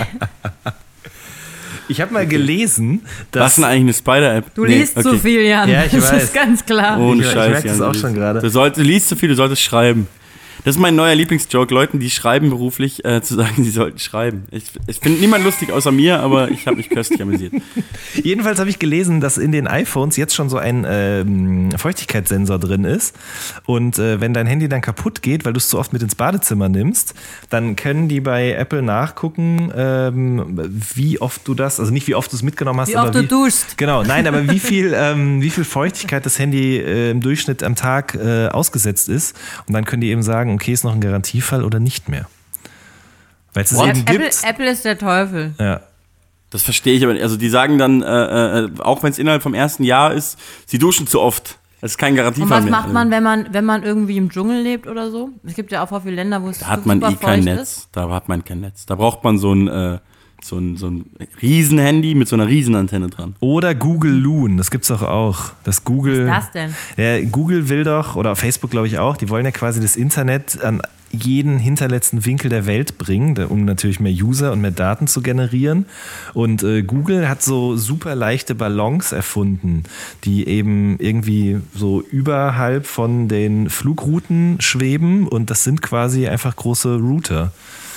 Ich habe mal gelesen, dass... Was ist denn eigentlich eine Spider-App? Du liest zu viel, Jan. Ja, ich das weiß. ist ganz klar. Ohne Ich Scheiß. merke das Jan, auch schon gerade. Du liest zu viel, du solltest schreiben. Das ist mein neuer Lieblingsjoke, Leuten, die schreiben beruflich, zu sagen, sie sollten schreiben. Ich finde niemand lustig außer mir, aber ich habe mich köstlich amüsiert. Jedenfalls habe ich gelesen, dass in den iPhones jetzt schon so ein Feuchtigkeitssensor drin ist. Und wenn dein Handy dann kaputt geht, weil du es zu oft mit ins Badezimmer nimmst, dann können die bei Apple nachgucken, wie oft du das, also nicht wie oft du es mitgenommen hast, Wie aber oft du duschst. Genau, nein, aber wie viel Feuchtigkeit das Handy im Durchschnitt am Tag ausgesetzt ist. Und dann können die eben sagen, okay, ist noch ein Garantiefall oder nicht mehr. Weil es es eben gibt. Apple ist der Teufel. Ja. Das verstehe ich aber nicht. Also die sagen dann, auch wenn es innerhalb vom ersten Jahr ist, sie duschen zu oft. Das ist kein Und Garantiefall was mehr. macht man, wenn man irgendwie im Dschungel lebt oder so? Es gibt ja auch viele Länder, wo es Da hat man super kein feucht Netz. ist. Da hat man kein Netz. Da braucht man so ein Riesen-Handy mit so einer Riesenantenne dran. Oder Google Loon, das gibt's doch auch. Das Google. Was ist das denn? Ja, Google will doch, oder Facebook glaube ich auch, die wollen ja quasi das Internet an jeden hinterletzten Winkel der Welt bringen, um natürlich mehr User und mehr Daten zu generieren. Und Google hat so super leichte Ballons erfunden, die eben irgendwie so überhalb von den Flugrouten schweben und das sind quasi einfach große Router.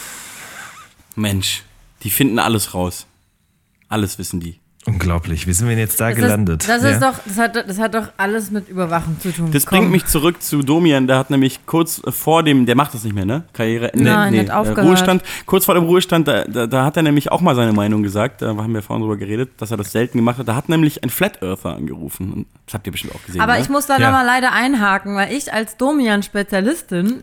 Mensch, die finden alles raus. Alles wissen die. Unglaublich, wie sind wir denn jetzt da gelandet? Das hat doch alles mit Überwachung zu tun. Das Komm. bringt mich zurück zu Domian, der hat nämlich kurz vor dem, der macht das nicht mehr, ne? Karriereende. Nein, hat aufgehört. Ruhestand. Kurz vor dem Ruhestand, da hat er nämlich auch mal seine Meinung gesagt, da haben wir vorhin drüber geredet, dass er das selten gemacht hat. Da hat nämlich ein Flat Earther angerufen. Und das habt ihr bestimmt auch gesehen. Aber ne? ich muss da Ja. nochmal leider einhaken, weil ich als Domian-Spezialistin,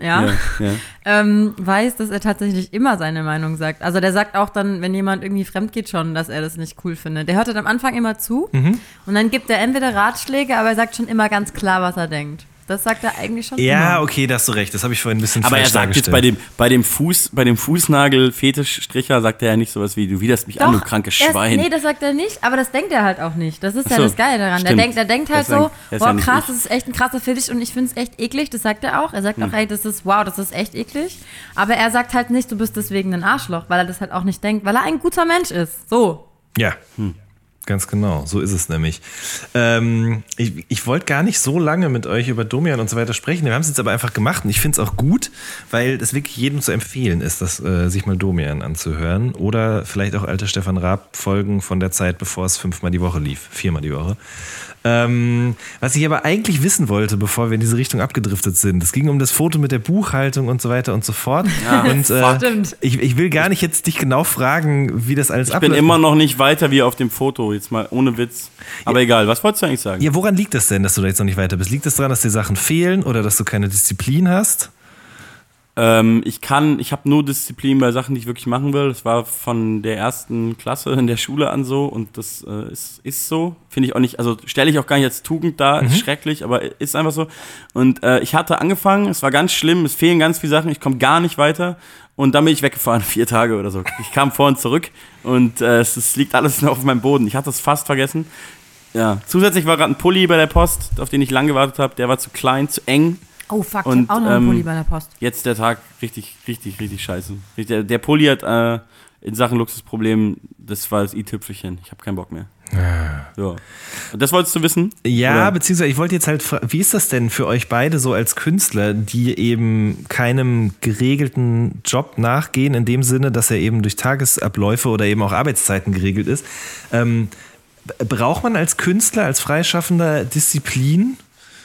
weiß, dass er tatsächlich immer seine Meinung sagt. Also der sagt auch dann, wenn jemand irgendwie fremd geht schon, dass er das nicht cool findet. Der hört halt am Anfang immer zu und dann gibt er entweder Ratschläge, aber er sagt schon immer ganz klar, was er denkt. Das sagt er eigentlich schon Ja, immer. okay, da hast du recht. Das habe ich vorhin ein bisschen Aber er falsch sagt jetzt dargestellt. bei dem Fußnagel-Fetischstricher sagt er ja nicht sowas wie, du widerst mich an, du krankes Schwein. Nee, das sagt er nicht, aber das denkt er halt auch nicht. Das ist Ach ja so, das Geile daran. stimmt. Der denkt halt Das so, ist ja boah nicht krass, ich. das ist echt ein krasser Fetisch und ich finde es echt eklig. Das sagt er auch. Er sagt auch, ey, das ist echt eklig. Aber er sagt halt nicht, du bist deswegen ein Arschloch, weil er das halt auch nicht denkt, weil er ein guter Mensch ist. So. Ja, ganz genau. So ist es nämlich. Ich wollte gar nicht so lange mit euch über Domian und so weiter sprechen. Wir haben es jetzt aber einfach gemacht und ich finde es auch gut, weil es wirklich jedem zu empfehlen ist, sich mal Domian anzuhören oder vielleicht auch alte Stefan Raab Folgen von der Zeit, bevor es 4 Mal die Woche. Was ich aber eigentlich wissen wollte, bevor wir in diese Richtung abgedriftet sind, es ging um das Foto mit der Buchhaltung und so weiter und so fort. Ja, und stimmt. ich will gar nicht jetzt dich genau fragen, wie das alles Ich bin immer noch nicht weiter wie auf dem Foto, jetzt mal ohne Witz. Aber egal, was wolltest du eigentlich sagen? Ja, woran liegt das denn, dass du da jetzt noch nicht weiter bist? Liegt das daran, dass dir Sachen fehlen oder dass du keine Disziplin hast? Ich habe nur Disziplin bei Sachen, die ich wirklich machen will. Das war von der ersten Klasse in der Schule an so und das ist so. Finde ich auch nicht, also stelle ich auch gar nicht als Tugend dar, ist schrecklich, aber ist einfach so. Und ich hatte angefangen, es war ganz schlimm, es fehlen ganz viele Sachen, ich komme gar nicht weiter und dann bin ich weggefahren, 4 Tage oder so. Ich kam vor und zurück und es liegt alles noch auf meinem Boden. Ich hatte es fast vergessen. Ja, zusätzlich war gerade ein Pulli bei der Post, auf den ich lang gewartet habe, der war zu klein, zu eng. Oh fuck, Und, ich hab auch noch einen Pulli bei der Post. Jetzt der Tag richtig scheiße. Der Pulli hat in Sachen Luxusproblem, das war das i-Tüpfelchen. Ich habe keinen Bock mehr. Ja. Und das wolltest du wissen? Ja, Oder? beziehungsweise ich wollte jetzt halt fragen, wie ist das denn für euch beide so als Künstler, die eben keinem geregelten Job nachgehen, in dem Sinne, dass er eben durch Tagesabläufe oder eben auch Arbeitszeiten geregelt ist. Braucht man als Künstler, als Freischaffender Disziplin?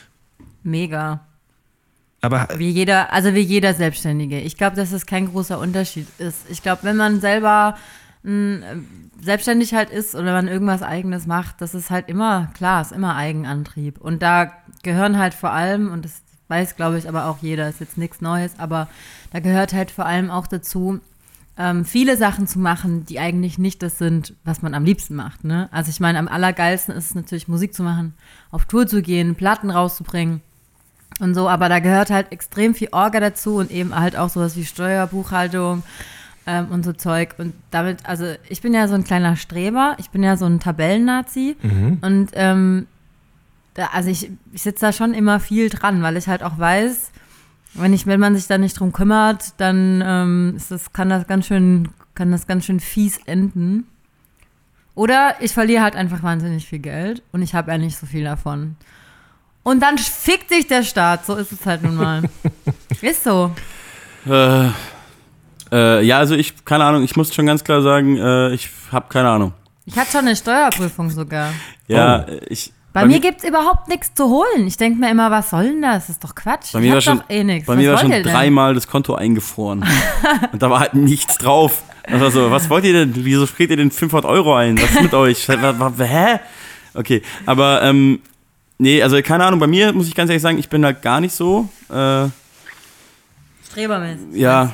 Mega. Aber Wie jeder Selbstständige. Ich glaube, dass es kein großer Unterschied ist. Ich glaube, wenn man selber selbstständig halt ist oder man irgendwas Eigenes macht, das ist halt immer, klar, ist immer Eigenantrieb. Und da gehören halt vor allem, und das weiß, glaube ich, aber auch jeder, ist jetzt nichts Neues, aber da gehört halt vor allem auch dazu, viele Sachen zu machen, die eigentlich nicht das sind, was man am liebsten macht. Ne? Also ich meine, am allergeilsten ist es natürlich, Musik zu machen, auf Tour zu gehen, Platten rauszubringen. und so, aber da gehört halt extrem viel Orga dazu und eben halt auch sowas wie Steuerbuchhaltung und so Zeug. Und damit, also ich bin ja so ein kleiner Streber, ich bin ja so ein Tabellennazi und also ich sitze da schon immer viel dran, weil ich halt auch weiß, wenn man sich da nicht drum kümmert, dann kann das ganz schön fies enden. Oder ich verliere halt einfach wahnsinnig viel Geld und ich habe ja nicht so viel davon. Und dann fickt sich der Staat, so ist es halt nun mal. Ist so. Ja, also keine Ahnung, ich muss schon ganz klar sagen, ich habe keine Ahnung. Ich hatte schon eine Steuerprüfung sogar. Ja, Bei mir gibt es überhaupt nichts zu holen. Ich denke mir immer, was soll denn das? Das ist doch Quatsch. Bei mir war schon, nichts. Bei mir war schon 3-mal das Konto eingefroren. Und da war halt nichts drauf. Also, was wollt ihr denn? Wieso friert ihr denn 500 € ein? Was ist mit euch? Hä? Okay, aber nee, also keine Ahnung, bei mir muss ich ganz ehrlich sagen, ich bin halt gar nicht so. Strebermäßig. Ja,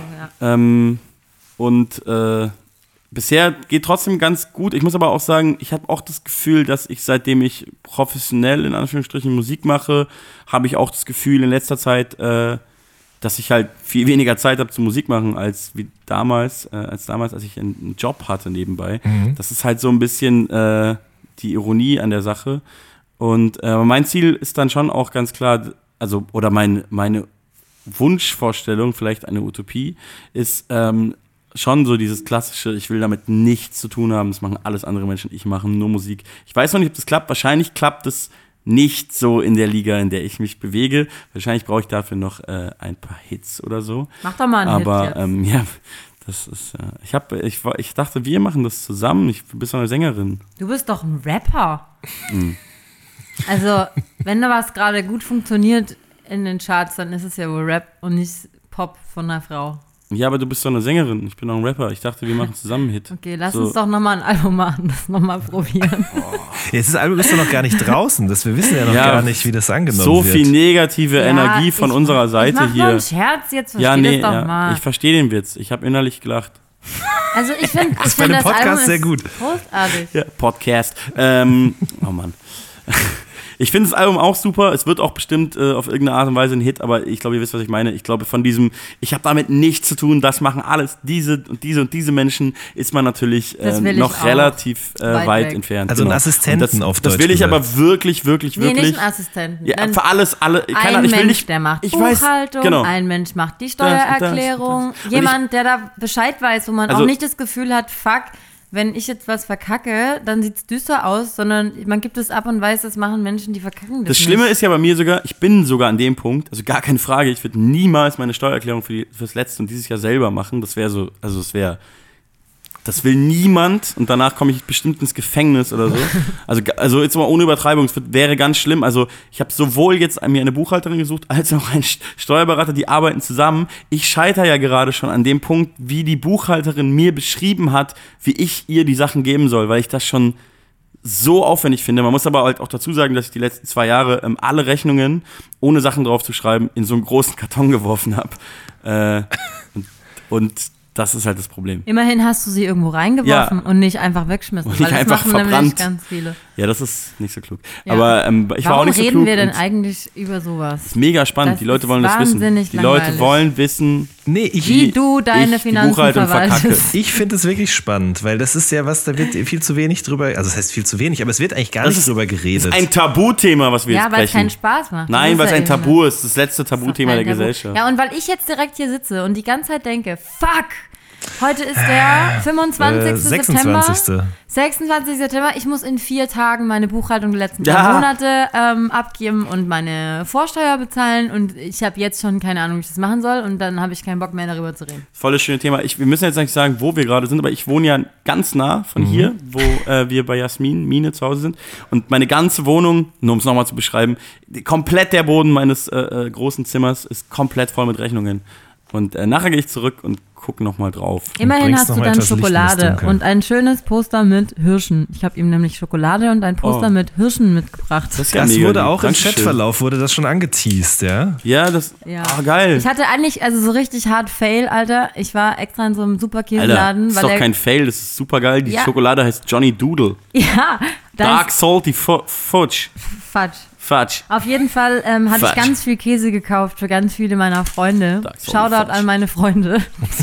bisher geht trotzdem ganz gut. Ich muss aber auch sagen, ich habe auch das Gefühl, dass ich, seitdem ich professionell in Anführungsstrichen Musik mache, habe ich auch das Gefühl in letzter Zeit, dass ich halt viel weniger Zeit habe zum Musik machen als damals, als ich einen Job hatte nebenbei. Das ist halt so ein bisschen die Ironie an der Sache. Und mein Ziel ist dann schon auch ganz klar, also oder meine Wunschvorstellung, vielleicht eine Utopie, ist schon so dieses klassische, ich will damit nichts zu tun haben, das machen alles andere Menschen, ich mache nur Musik. Ich weiß noch nicht, ob das klappt, wahrscheinlich klappt es nicht so in der Liga, in der ich mich bewege. Wahrscheinlich brauche ich dafür noch ein paar Hits oder so. Mach doch mal einen Hit jetzt. Ja, das ist, ich dachte, wir machen das zusammen, du bist doch eine Sängerin. Du bist doch ein Rapper. Also, wenn da was gerade gut funktioniert in den Charts, dann ist es ja wohl Rap und nicht Pop von einer Frau. Ja, aber du bist doch eine Sängerin, ich bin doch ein Rapper. Ich dachte, wir machen zusammen einen Hit. Okay, lass uns doch nochmal ein Album machen, das nochmal probieren. Jetzt das Album ist doch noch gar nicht draußen, wir wissen ja noch gar nicht, wie das angenommen wird. So viel negative Energie von unserer Seite hier. Ich mach nur einen Scherz, jetzt versteh das doch mal. Ich verstehe den Witz, ich habe innerlich gelacht. Also ich finde das Podcast Album sehr gut. Großartig. Ja, Podcast. Oh Mann. Ich finde das Album auch super. Es wird auch bestimmt auf irgendeine Art und Weise ein Hit, aber ich glaube, ihr wisst, was ich meine. Ich glaube, von diesem, ich habe damit nichts zu tun, das machen alles diese und diese Menschen, ist man natürlich noch relativ weit entfernt. Also einen Assistenten auf Deutsch. Das will ich aber wirklich. Nee, nicht einen Assistenten. Ja, für alles, ein Mensch, der macht Buchhaltung, ein Mensch macht die Steuererklärung, jemand, der da Bescheid weiß, wo man auch nicht das Gefühl hat, fuck, wenn ich jetzt was verkacke, dann sieht es düster aus, sondern man gibt es ab und weiß, das machen Menschen, die verkacken das. Das Schlimme ist ja bei mir sogar, ich bin sogar an dem Punkt, also gar keine Frage, ich würde niemals meine Steuererklärung fürs letzte und dieses Jahr selber machen. Das wäre so, das will niemand und danach komme ich bestimmt ins Gefängnis oder so. Also jetzt mal ohne Übertreibung, es wäre ganz schlimm. Also ich habe sowohl jetzt mir eine Buchhalterin gesucht, als auch einen Steuerberater, die arbeiten zusammen. Ich scheitere ja gerade schon an dem Punkt, wie die Buchhalterin mir beschrieben hat, wie ich ihr die Sachen geben soll, weil ich das schon so aufwendig finde. Man muss aber halt auch dazu sagen, dass ich die letzten 2 Jahre alle Rechnungen, ohne Sachen drauf zu schreiben, in so einen großen Karton geworfen habe. Und das ist halt das Problem. Immerhin hast du sie irgendwo reingeworfen und nicht einfach wegschmissen. Und nicht weil das einfach machen verbrannt. Nämlich ganz viele. Ja, das ist nicht so klug. Ja. Aber ich war auch nicht so klug. Warum reden wir denn eigentlich über sowas? Das ist mega spannend. Die Leute wollen das wissen. Die Leute wollen wissen, wie du deine Finanzen verwaltest. Ich finde es wirklich spannend, weil das ist ja was, da wird viel zu wenig drüber, also das heißt viel zu wenig, aber es wird eigentlich gar nicht drüber geredet. Das ist ein Tabuthema, was wir jetzt sprechen. Ja, weil es keinen Spaß macht. Nein, weil es ein Tabu ist. Das letzte Tabuthema der Gesellschaft. Ja, und weil ich jetzt direkt hier sitze und die ganze Zeit denke, fuck, heute ist der 26. 26. September. Ich muss in 4 Tagen meine Buchhaltung der letzten 3 Monate abgeben und meine Vorsteuer bezahlen. Und ich habe jetzt schon keine Ahnung, wie ich das machen soll. Und dann habe ich keinen Bock mehr, darüber zu reden. Volles schönes Thema. Wir müssen jetzt nicht sagen, wo wir gerade sind, aber ich wohne ja ganz nah von hier, wo wir bei Mine zu Hause sind. Und meine ganze Wohnung, nur um es nochmal zu beschreiben, komplett der Boden meines großen Zimmers ist komplett voll mit Rechnungen. Und nachher gehe ich zurück und guck nochmal drauf. Immerhin hast du dann Schokolade und ein schönes Poster mit Hirschen. Ich habe ihm nämlich Schokolade und ein Poster mit Hirschen mitgebracht. Das wurde auch im Chatverlauf, wurde das schon angeteased, ja? Ja, geil. Ich hatte eigentlich, also so richtig hard Fail, Alter. Ich war extra in so einem super Käseladen. Das ist doch kein Fail, das ist super geil. Die Schokolade heißt Johnny Doodle. Ja. Dark Salty Fudge. Fatsch. Auf jeden Fall hatte ich Fatsch. ganz viel Käse gekauft für ganz viele meiner Freunde. Sag's doch Shoutout nicht, an meine Freunde.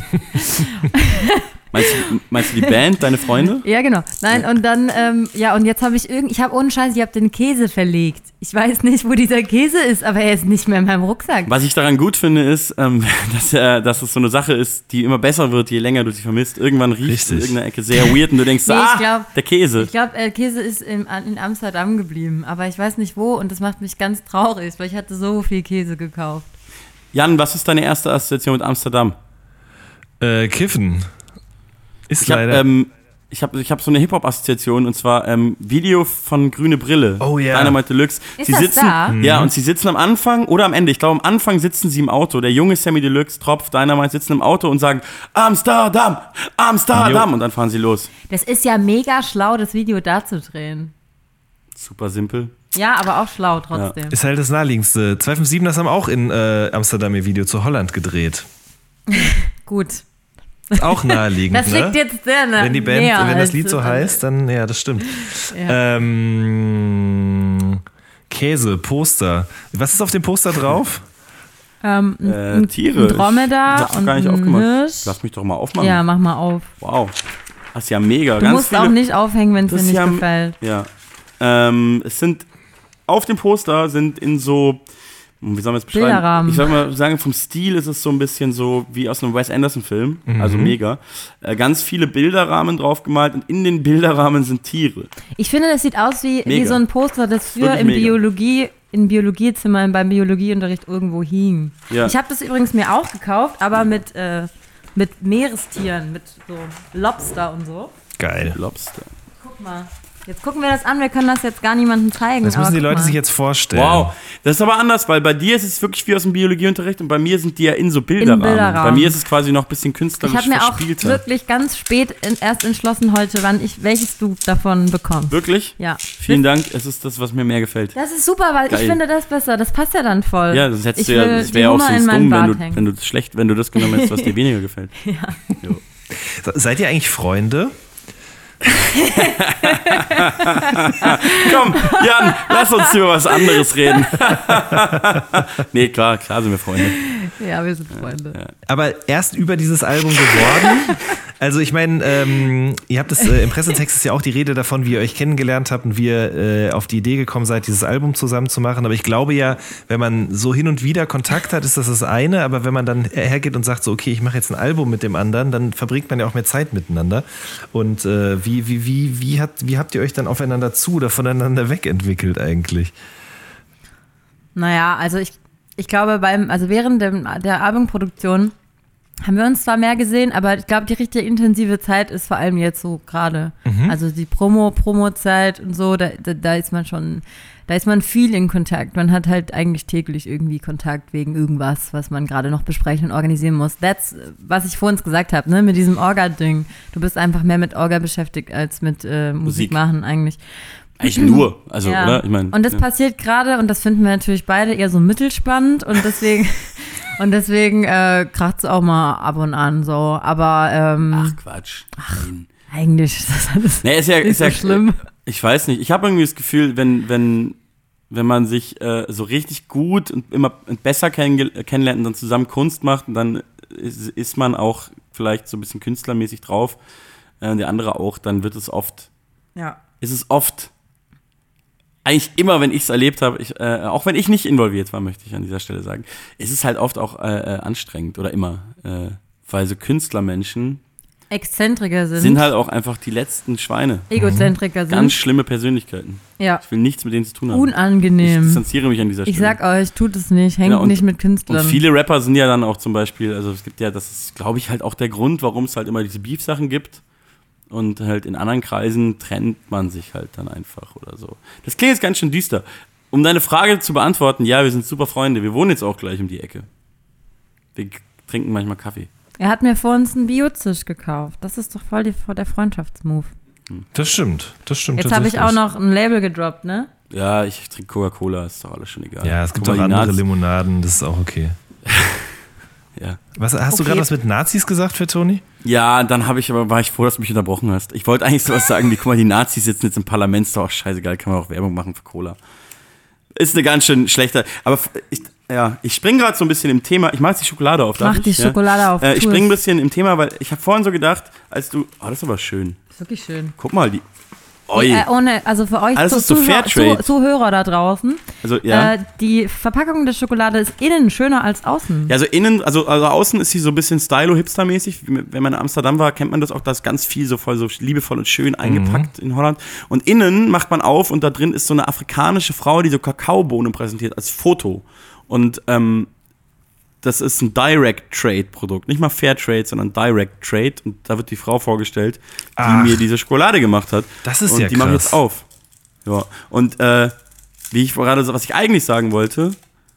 Meinst du die Band, deine Freunde? Ja, genau. Nein, und dann, und jetzt habe ich habe ohne Scheiß, ich habe den Käse verlegt. Ich weiß nicht, wo dieser Käse ist, aber er ist nicht mehr in meinem Rucksack. Was ich daran gut finde, ist, dass es so eine Sache ist, die immer besser wird, je länger du sie vermisst. Irgendwann riecht es in irgendeiner Ecke sehr weird und du denkst, der Käse. Ich glaube, Käse ist in Amsterdam geblieben, aber ich weiß nicht wo und das macht mich ganz traurig, weil ich hatte so viel Käse gekauft. Jan, was ist deine erste Assoziation mit Amsterdam? Kiffen. Ist Ich leider. hab so eine Hip-Hop-Assoziation und zwar Video von Grüne Brille. Oh ja. Dynamite Deluxe. Ist das da? Ja, und sie sitzen am Anfang oder am Ende. Ich glaube, am Anfang sitzen sie im Auto. Der junge Sammy Deluxe, Tropf, Dynamite sitzen im Auto und sagen Amsterdam, Amsterdam. Jo. Und dann fahren sie los. Das ist ja mega schlau, das Video da zu drehen. Super simpel. Ja, aber auch schlau trotzdem. Ist halt das naheliegendste. 257 das haben auch in Amsterdam ihr Video zu Holland gedreht. Gut. Ist auch naheliegend, Das liegt ne? jetzt sehr nah. Wenn die Band, näher wenn das als Lied so heißt, dann, ja, das stimmt. Ja. Käse, Poster. Was ist auf dem Poster drauf? Ein Tiere. Ein Dromedar Ich hab's und gar nicht ein aufgemacht. Hirsch. Lass mich doch mal aufmachen. Ja, mach mal auf. Wow. Das ist ja mega. Du musst auch nicht aufhängen, wenn es dir Das ist nicht ja- gefällt. Ja. Es sind, auf dem Poster sind in so, wie soll man es beschreiben? Bilderrahmen. Ich soll mal sagen, vom Stil ist es so ein bisschen so wie aus einem Wes Anderson-Film. Also mega. Ganz viele Bilderrahmen drauf gemalt und in den Bilderrahmen sind Tiere. Ich finde, das sieht aus wie Mega. so ein Poster, das früher Wirklich im Biologiezimmer beim Biologieunterricht irgendwo hing. Ja. Ich habe das übrigens mir auch gekauft, aber mit Meerestieren, mit so Lobster und so. Geil. Lobster. Guck mal. Jetzt gucken wir das an, wir können das jetzt gar niemandem zeigen. Das müssen aber die guck Leute mal. sich jetzt vorstellen. Wow, das ist aber anders, weil bei dir ist es wirklich wie aus dem Biologieunterricht und bei mir sind die ja in so Bilderrahmen. Bilderrahmen. Bei mir ist es quasi noch ein bisschen Ich künstlerisch habe mir auch verspielter. wirklich ganz spät erst entschlossen heute, welches du davon bekommst. Wirklich? Ja. Vielen Dank, es ist das, was mir mehr gefällt. Das ist super, weil Geil. ich finde das besser. Das passt ja dann voll. Ja, das hättest Ich du ja, will das die wäre auch Nummer in sonst meinen dumm, Bart hängen. wenn du das genommen hättest, was dir weniger gefällt. Jo. Seid ihr eigentlich Freunde? Komm, Jan, lass uns über was anderes reden. Nee, klar sind wir Freunde. Ja, wir sind Freunde. Aber erst über dieses Album geworden. Also ich meine, ihr habt es im Pressetext ist ja auch die Rede davon, wie ihr euch kennengelernt habt und wie ihr auf die Idee gekommen seid, dieses Album zusammen zu machen. Aber ich glaube ja, wenn man so hin und wieder Kontakt hat, ist das das eine. Aber wenn man dann hergeht und sagt so, okay, ich mache jetzt ein Album mit dem anderen, dann verbringt man ja auch mehr Zeit miteinander. Und wie habt ihr euch dann aufeinander zu oder voneinander wegentwickelt eigentlich? Naja, also ich glaube, während der Albumproduktion haben wir uns zwar mehr gesehen, aber ich glaube, die richtig intensive Zeit ist vor allem jetzt so gerade. Also die Promo-Zeit und so, da ist man schon, da ist man viel in Kontakt. Man hat halt eigentlich täglich irgendwie Kontakt wegen irgendwas, was man gerade noch besprechen und organisieren muss. That's, was ich vorhin gesagt habe, ne, mit diesem Orga-Ding. Du bist einfach mehr mit Orga beschäftigt als mit Musik machen eigentlich. Eigentlich nur, also, Ja. oder? Ich meine, und das passiert gerade und das finden wir natürlich beide eher so mittelspannend und deswegen kracht es auch mal ab und an so. Aber Ach, Quatsch. Nein. eigentlich ist das alles Nee, ist nicht so ja schlimm. Ich weiß nicht. Ich habe irgendwie das Gefühl, wenn man sich so richtig gut und immer besser kennenlernt und dann zusammen Kunst macht, und dann ist man auch vielleicht so ein bisschen künstlermäßig drauf, der andere auch, dann wird es oft, ist es oft, eigentlich immer, wenn ich es erlebt habe, auch wenn ich nicht involviert war, möchte ich an dieser Stelle sagen, ist es halt oft auch anstrengend oder immer, weil so Künstlermenschen Exzentriker sind halt auch einfach die letzten Schweine. Egozentriker sind. Ganz schlimme Persönlichkeiten. Ja. Ich will nichts mit denen zu tun haben. Ich Unangenehm. distanziere mich an dieser Stelle. Ich sag euch, tut es nicht, hängt Genau, und- nicht mit Künstlern. Und viele Rapper sind ja dann auch zum Beispiel, also es gibt ja, das ist, glaube ich, halt auch der Grund, warum es halt immer diese Beef-Sachen gibt. Und halt in anderen Kreisen trennt man sich halt dann einfach oder so. Das klingt jetzt ganz schön düster. Um deine Frage zu beantworten, ja, wir sind super Freunde. Wir wohnen jetzt auch gleich um die Ecke. Wir trinken manchmal Kaffee. Er hat mir vor uns einen Biozisch gekauft. Das ist doch voll der Freundschaftsmove. Das stimmt. Jetzt habe ich auch noch ein Label gedroppt, ne? Ja, ich trinke Coca-Cola, ist doch alles schon egal. Ja, es gibt Guck auch mal, die andere Nazis- Limonaden, das ist auch okay. Ja. Hast du Okay. gerade was mit Nazis gesagt für Toni? Ja, dann war ich froh, dass du mich unterbrochen hast. Ich wollte eigentlich sowas sagen wie, guck mal, die Nazis sitzen jetzt im Parlament, ist doch auch scheißegal, kann man auch Werbung machen für Cola. Ist eine ganz schön schlechte. Aber ich springe gerade so ein bisschen im Thema. Ich mache jetzt die Schokolade auf. Mach die Schokolade auf. Ich springe ein bisschen im Thema, weil ich habe vorhin so gedacht, als du. Oh, das ist aber schön. Das ist wirklich schön. Guck mal, die. Also für euch das ist so Fairtrade. Zuhörer da draußen, also, ja. Die Verpackung der Schokolade ist innen schöner als außen. Ja, also innen, also außen ist sie so ein bisschen stylo-hipster-mäßig. Wenn man in Amsterdam war, kennt man das auch, da ist ganz viel so voll so liebevoll und schön eingepackt in Holland. Und innen macht man auf und da drin ist so eine afrikanische Frau, die so Kakaobohnen präsentiert als Foto. Und das ist ein Direct-Trade-Produkt. Nicht mal Fairtrade, sondern Direct-Trade. Und da wird die Frau vorgestellt, die mir diese Schokolade gemacht hat. Das ist und ja die krass. mache ich jetzt auf. Ja. Und was ich eigentlich sagen wollte,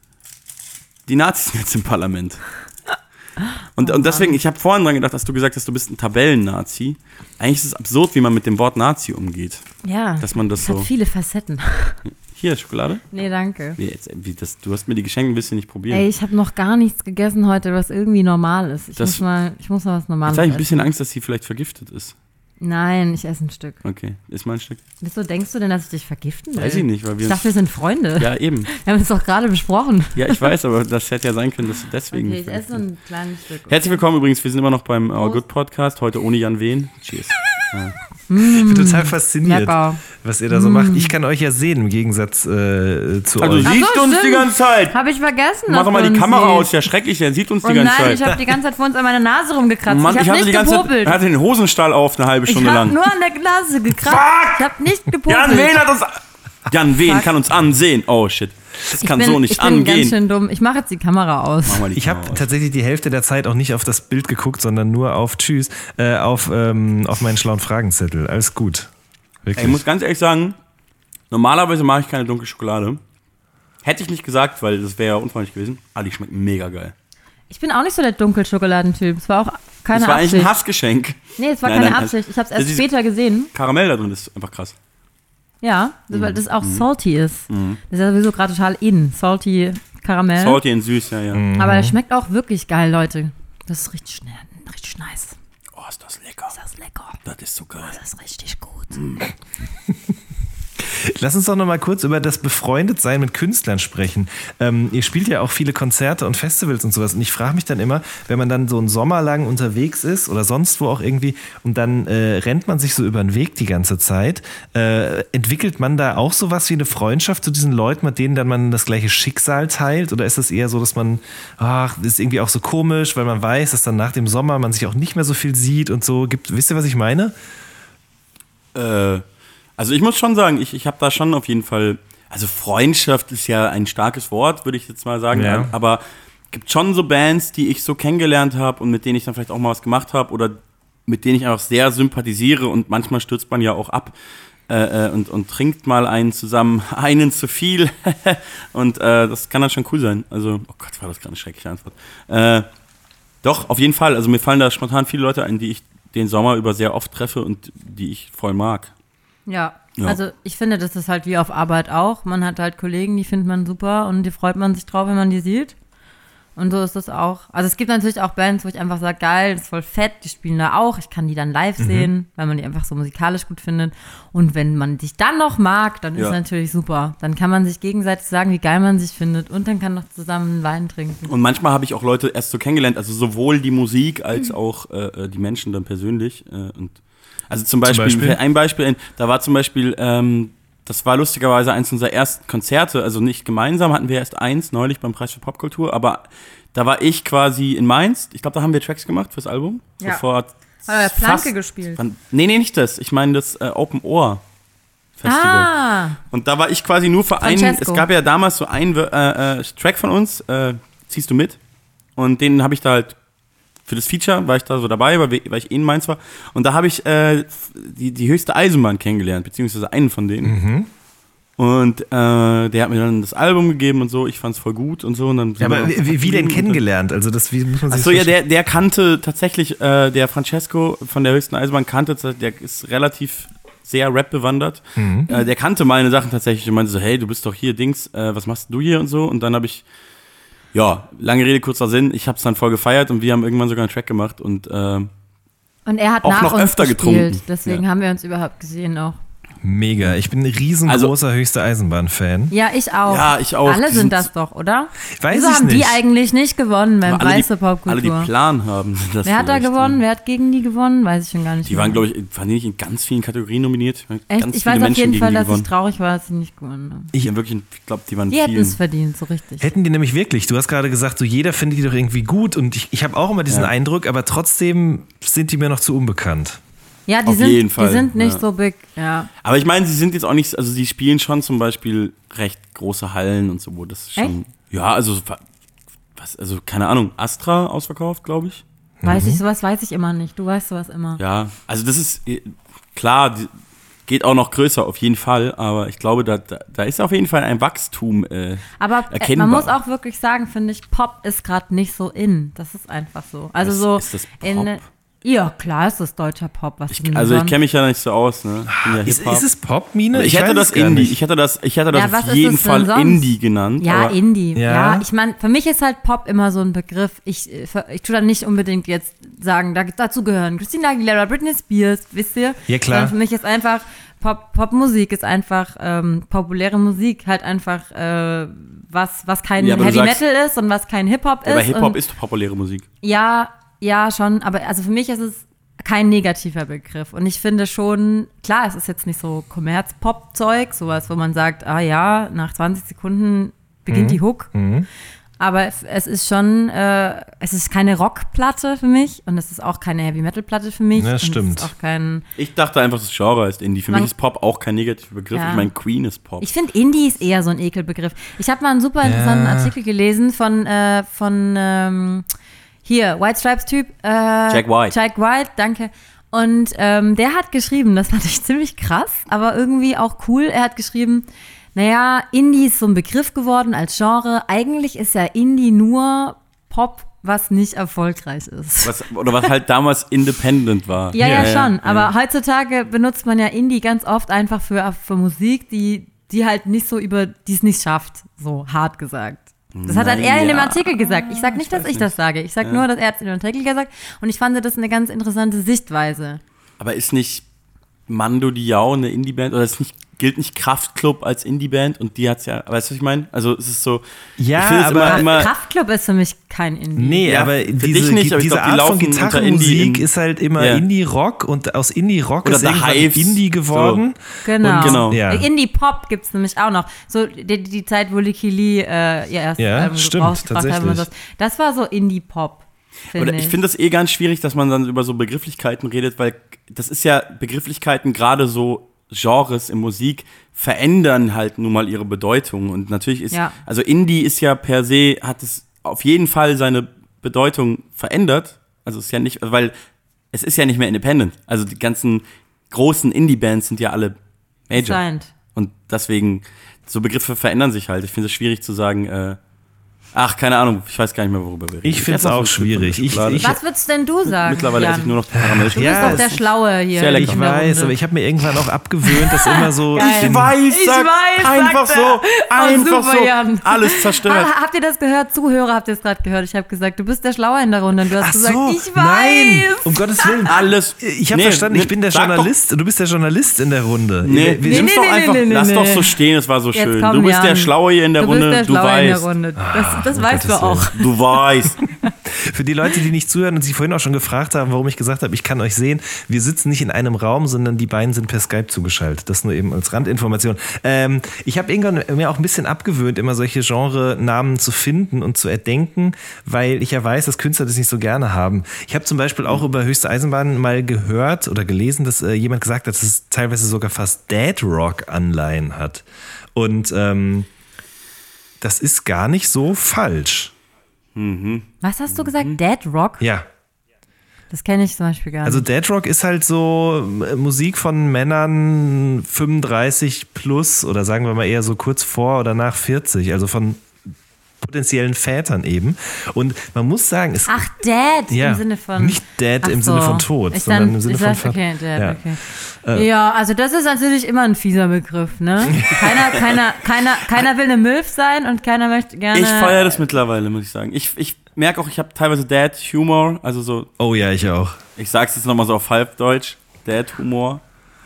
die Nazis sind jetzt im Parlament. Und deswegen, ich habe vorhin dran gedacht, dass du gesagt hast, du bist ein Tabellen-Nazi. Eigentlich ist es absurd, wie man mit dem Wort Nazi umgeht. Ja, dass man das hat viele Facetten. Hier, Schokolade? Nee, danke. Du hast mir die Geschenke ein bisschen nicht probiert. Ey, ich habe noch gar nichts gegessen heute, was irgendwie normal ist. Ich muss mal was Normales Jetzt habe ich ein essen. bisschen Angst, dass sie vielleicht vergiftet ist. Nein, ich esse ein Stück. Okay, iss mal ein Stück. Wieso denkst du denn, dass ich dich vergiften will? Weiß ich nicht, weil ich dachte, wir sind Freunde. Ja, eben. Wir haben es doch gerade besprochen. Ja, ich weiß, aber das hätte ja sein können, dass du deswegen Okay, nicht ich esse so ein kleines Stück. Okay. Herzlich willkommen übrigens, wir sind immer noch beim Our Good Podcast, heute ohne Jan Wehn. Cheers. Ja. Ich bin total fasziniert, lecker. was ihr da so macht. Ich kann euch ja sehen, im Gegensatz zu Also euch. du siehst uns die ganze Zeit. Habe ich vergessen. Mach doch mal die Kamera aus, ja schrecklich, der sieht uns die ganze Nein, Zeit. ich habe die ganze Zeit vor uns an meiner Nase rumgekratzt. Mann, ich habe nicht gepopelt. Er hatte den Hosenstall auf eine halbe Stunde Ich habe lang. nur an der Nase gekratzt. Ich habe nicht gepopelt. Jan Wehn hat uns... Jan Wehn kann uns ansehen. Oh shit, das kann so nicht angehen. Ich bin ganz schön dumm. Ich mache jetzt die Kamera aus. Mach mal die Ich habe Kamera aus. tatsächlich die Hälfte der Zeit auch nicht auf das Bild geguckt, sondern nur auf auf meinen schlauen Fragenzettel. Alles gut. Wirklich. Ich muss ganz ehrlich sagen, normalerweise mag ich keine dunkle Schokolade. Hätte ich nicht gesagt, weil das wäre ja unfreundlich gewesen. Aber die schmeckt mega geil. Ich bin auch nicht so der Dunkelschokoladentyp. Es war auch keine Das war Absicht. eigentlich ein Hassgeschenk. Nee, es war Nein, keine nein, Absicht. Ich habe es also erst diese- später gesehen. Karamell da drin ist einfach krass. Ja, weil das auch salty ist. Das ist ja sowieso gerade total in. Salty Karamell. Salty und süß, ja. Aber der schmeckt auch wirklich geil, Leute. Das ist richtig schnell, richtig nice. Oh, ist das lecker. Das ist lecker. Das ist so geil. Das ist richtig gut. Lass uns doch noch mal kurz über das Befreundetsein mit Künstlern sprechen. Ihr spielt ja auch viele Konzerte und Festivals und sowas. Und ich frage mich dann immer, wenn man dann so einen Sommer lang unterwegs ist oder sonst wo auch irgendwie und dann rennt man sich so über den Weg die ganze Zeit, entwickelt man da auch sowas wie eine Freundschaft zu diesen Leuten, mit denen dann man das gleiche Schicksal teilt? Oder ist es eher so, dass man, das ist irgendwie auch so komisch, weil man weiß, dass dann nach dem Sommer man sich auch nicht mehr so viel sieht und so. Wisst ihr, was ich meine? Also ich muss schon sagen, ich habe da schon auf jeden Fall, also Freundschaft ist ja ein starkes Wort, würde ich jetzt mal sagen, Ja. aber es gibt schon so Bands, die ich so kennengelernt habe und mit denen ich dann vielleicht auch mal was gemacht habe oder mit denen ich einfach sehr sympathisiere und manchmal stürzt man ja auch ab und trinkt mal einen zusammen, einen zu viel und das kann dann schon cool sein. Also, oh Gott, war das gerade eine schreckliche Antwort. Doch, auf jeden Fall, also mir fallen da spontan viele Leute ein, die ich den Sommer über sehr oft treffe und die ich voll mag. Ja, Ja. also ich finde, das ist halt wie auf Arbeit auch. Man hat halt Kollegen, die findet man super und die freut man sich drauf, wenn man die sieht. Und so ist das auch. Also es gibt natürlich auch Bands, wo ich einfach sage, geil, das ist voll fett, die spielen da auch. Ich kann die dann live sehen, weil man die einfach so musikalisch gut findet. Und wenn man dich dann noch mag, dann ist Ja. es natürlich super. Dann kann man sich gegenseitig sagen, wie geil man sich findet und dann kann noch zusammen einen Wein trinken. Und manchmal habe ich auch Leute erst so kennengelernt, also sowohl die Musik als auch die Menschen dann persönlich. Und also zum Beispiel, ein Beispiel, da war zum Beispiel, das war lustigerweise eins unserer ersten Konzerte, also nicht gemeinsam, hatten wir erst eins neulich beim Preis für Popkultur, aber da war ich quasi in Mainz, ich glaube, da haben wir Tracks gemacht fürs Album. Ja. Sofort. Hat er Planke gespielt? Nee, nicht das, ich meine das Open Ohr Festival. Ah, Und da war ich quasi nur für einen, Francesco. es gab ja damals so einen Track von uns, ziehst du mit? Und den habe ich da halt, für das Feature war ich da so dabei, weil ich in Mainz war. Und da habe ich die höchste Eisenbahn kennengelernt, beziehungsweise einen von denen. Und der hat mir dann das Album gegeben und so, ich fand's voll gut und so. Und dann Ja, aber wie denn kennengelernt? Also wie muss man sich Achso, das ja, der kannte tatsächlich, der Francesco von der höchsten Eisenbahn kannte, der ist relativ sehr Rap bewandert. Der kannte meine Sachen tatsächlich und meinte so, hey, du bist doch hier, Dings, was machst du hier und so? Und dann habe ich, ja, lange Rede, kurzer Sinn, ich habe es dann voll gefeiert und wir haben irgendwann sogar einen Track gemacht und und er hat Auch nach noch uns öfter gespielt, getrunken. deswegen Ja. haben wir uns überhaupt gesehen auch. Mega. Ich bin ein riesengroßer höchste Eisenbahn-Fan. Ja, ich auch. Ja, ich auch. Alle Die sind sind- das doch, oder? Weiß Wieso ich haben die nicht. eigentlich nicht gewonnen beim alle, Preis der die Popkultur? Plan haben. Sind das Wer hat da vielleicht, gewonnen? ne? Wer hat gegen die gewonnen? Weiß ich schon gar nicht. Die waren, glaube ich, waren die nicht in ganz vielen Kategorien nominiert? Echt? Ganz Ich viele weiß auf Menschen jeden gegen Fall, die dass ich gewonnen. traurig war, dass sie nicht gewonnen haben. Ich glaube, die waren Die hätten es vielen. verdient, so richtig. Hätten die nämlich wirklich. Du hast gerade gesagt, so jeder findet die doch irgendwie gut. Und ich habe auch immer diesen Ja. Eindruck, aber trotzdem sind die mir noch zu unbekannt. Ja, Auf jeden Fall, die sind nicht ja. so big, ja. Aber ich meine, sie sind jetzt auch nicht, also sie spielen schon zum Beispiel recht große Hallen und so, wo das schon. Ja, also, also keine Ahnung, Astra ausverkauft, glaube ich. Sowas weiß ich immer nicht. Du weißt sowas immer. Ja, also das ist klar, geht auch noch größer auf jeden Fall, aber ich glaube, da ist auf jeden Fall ein Wachstum Aber erkennbar. man muss auch wirklich sagen, finde ich, Pop ist gerade nicht so in. Das ist einfach so. Also so ist das Pop? ja, klar ist das deutscher Pop. Was denn Also ich sonst? kenne mich ja nicht so aus, ne? Ich bin ja Ist Hip-Hop. es Pop, Mine? Ich hätte weiß das es gar Indie. nicht. Ich hätte das Ja, was auf ist jeden es denn Fall sonst? Indie genannt. Ja, aber Indie. Ja. Ja, ich meine, für mich ist halt Pop immer so ein Begriff. Ich tue da nicht unbedingt jetzt sagen, dazu gehören Christina Aguilera, Britney Spears, wisst ihr? Ja, klar. Sondern für mich ist einfach Popmusik ist einfach populäre Musik, halt einfach was kein Ja, aber du Heavy sagst- Metal ist und was kein Hip-Hop ist. aber Hip-Hop und ist populäre Musik. ja, schon, aber also für mich ist es kein negativer Begriff. Und ich finde schon, klar, es ist jetzt nicht so Kommerz-Pop-Zeug, sowas, wo man sagt, ah ja, nach 20 Sekunden beginnt die Hook. Aber es ist schon, es ist keine Rockplatte für mich und es ist auch keine Heavy-Metal-Platte für mich. Ja, und stimmt. Es ist auch kein, Ich dachte einfach, das Genre ist Indie. Für Man- mich ist Pop auch kein negativer Begriff. Ja. Ich meine, Queen ist Pop. ich finde, Indie ist eher so ein Ekelbegriff. Ich habe mal einen super interessanten Artikel gelesen von hier, White Stripes-Typ. Jack White. Jack White, danke. Und der hat geschrieben, das fand ich ziemlich krass, aber irgendwie auch cool. Er hat geschrieben, naja, Indie ist so ein Begriff geworden als Genre. Eigentlich ist ja Indie nur Pop, was nicht erfolgreich ist. Was halt damals Independent war. Ja, schon. Aber heutzutage benutzt man ja Indie ganz oft einfach für Musik, die halt nicht so die es nicht schafft, so hart gesagt. Das hat halt er in dem Artikel gesagt. Ich sag nicht, dass ich das sage. Ich sag nur, dass er es in dem Artikel gesagt. Und ich fand das eine ganz interessante Sichtweise. Aber ist nicht Mando Diao eine Indie-Band? Oder gilt nicht Kraftklub als Indie-Band? Und die hat's ja, weißt du, was ich meine? Also es ist so, Ja, ich finde es aber- immer Kraftklub ist für mich kein Indie. Nee, Ja, aber für diese, dich nicht, aber ich diese glaub, die Art von laufen unter Gitarrenmusik Indie ist halt immer Ja. Indie-Rock und aus Indie-Rock Oder ist The irgendwann Hives, Indie geworden. Genau. Und Genau. Ja. Indie-Pop gibt es nämlich auch noch. So die Zeit, wo Licky Lee ihr erstes Ja, Album stimmt, rausgebracht haben. Und tatsächlich. das war so Indie-Pop, finde Oder ich finde das ganz schwierig, dass man dann über so Begrifflichkeiten redet, weil das ist ja, Begrifflichkeiten, gerade so Genres in Musik, verändern halt nun mal ihre Bedeutung. Und natürlich ist, Ja. also Indie ist ja per se, hat es auf jeden Fall seine Bedeutung verändert. Also es ist ja nicht, weil es ist ja nicht mehr independent. Also die ganzen großen Indie-Bands sind ja alle Major. Signed. Und deswegen, so Begriffe verändern sich halt. Ich finde es schwierig zu sagen, keine Ahnung, ich weiß gar nicht mehr, worüber wir reden. Ich finde es esse auch so schwierig. Schokolade. Was würdest denn du sagen? Mittlerweile esse ich Jan? nur noch Karamell. Du Ja, bist doch der es- Schlaue hier. sehr lecker. Ich in der weiß, Runde. aber ich habe mir irgendwann auch abgewöhnt, dass immer so Geil. den- weiß, einfach sagt so, er. einfach super, so, Jan. alles zerstört. Habt ihr das gehört? Zuhörer, habt ihr es gerade gehört? Ich habe gesagt, du bist der Schlaue in der Runde. Und du hast Ach gesagt, so, ich weiß. nein, um Gottes Willen. Alles. Ich habe verstanden, ich bin der sag Journalist und du bist der Journalist in der Runde. Nee, Wir- nimm's nee, doch nee, einfach, nee, nee, lass nee. doch so stehen, es war so Jetzt schön. komm, Du bist der Jan. Schlaue hier in der Runde, Du bist der du Schlaue in der weißt. Runde. Das weißt du Gottes auch. Du weißt. Für die Leute, die nicht zuhören und sich vorhin auch schon gefragt haben, warum ich gesagt habe, ich kann euch sehen, wir sitzen nicht in einem Raum, sondern die beiden sind per Skype zugeschaltet. Das nur eben als Randinformation. Ich habe irgendwann mir auch ein bisschen abgewöhnt, immer solche Genre-Namen zu finden und zu erdenken, weil ich ja weiß, dass Künstler das nicht so gerne haben. Ich habe zum Beispiel auch über Höchste Eisenbahn mal gehört oder gelesen, dass jemand gesagt hat, dass es teilweise sogar fast Dead-Rock-Anleihen hat. Und das ist gar nicht so falsch. Was hast du gesagt? Dead Rock? Ja. Das kenne ich zum Beispiel gar Also nicht. Dead Rock ist halt so Musik von Männern 35 plus oder sagen wir mal eher so kurz vor oder nach 40, also von potenziellen Vätern eben. Und man muss sagen, es Ach, Dead ja, im Sinne von... nicht dead Ach im so. Sinne von tot, Ich sondern dann- im Sinne ich von sag, okay, Dead, ja. okay. Ja, also das ist natürlich immer ein fieser Begriff, ne? Keiner will eine Milf sein und keiner möchte gerne... Ich feiere das mittlerweile, muss ich sagen. Ich merke auch, ich habe teilweise Dad-Humor, also so, Oh ja, ich auch. ich sag's jetzt nochmal so auf Halbdeutsch, Dad-Humor.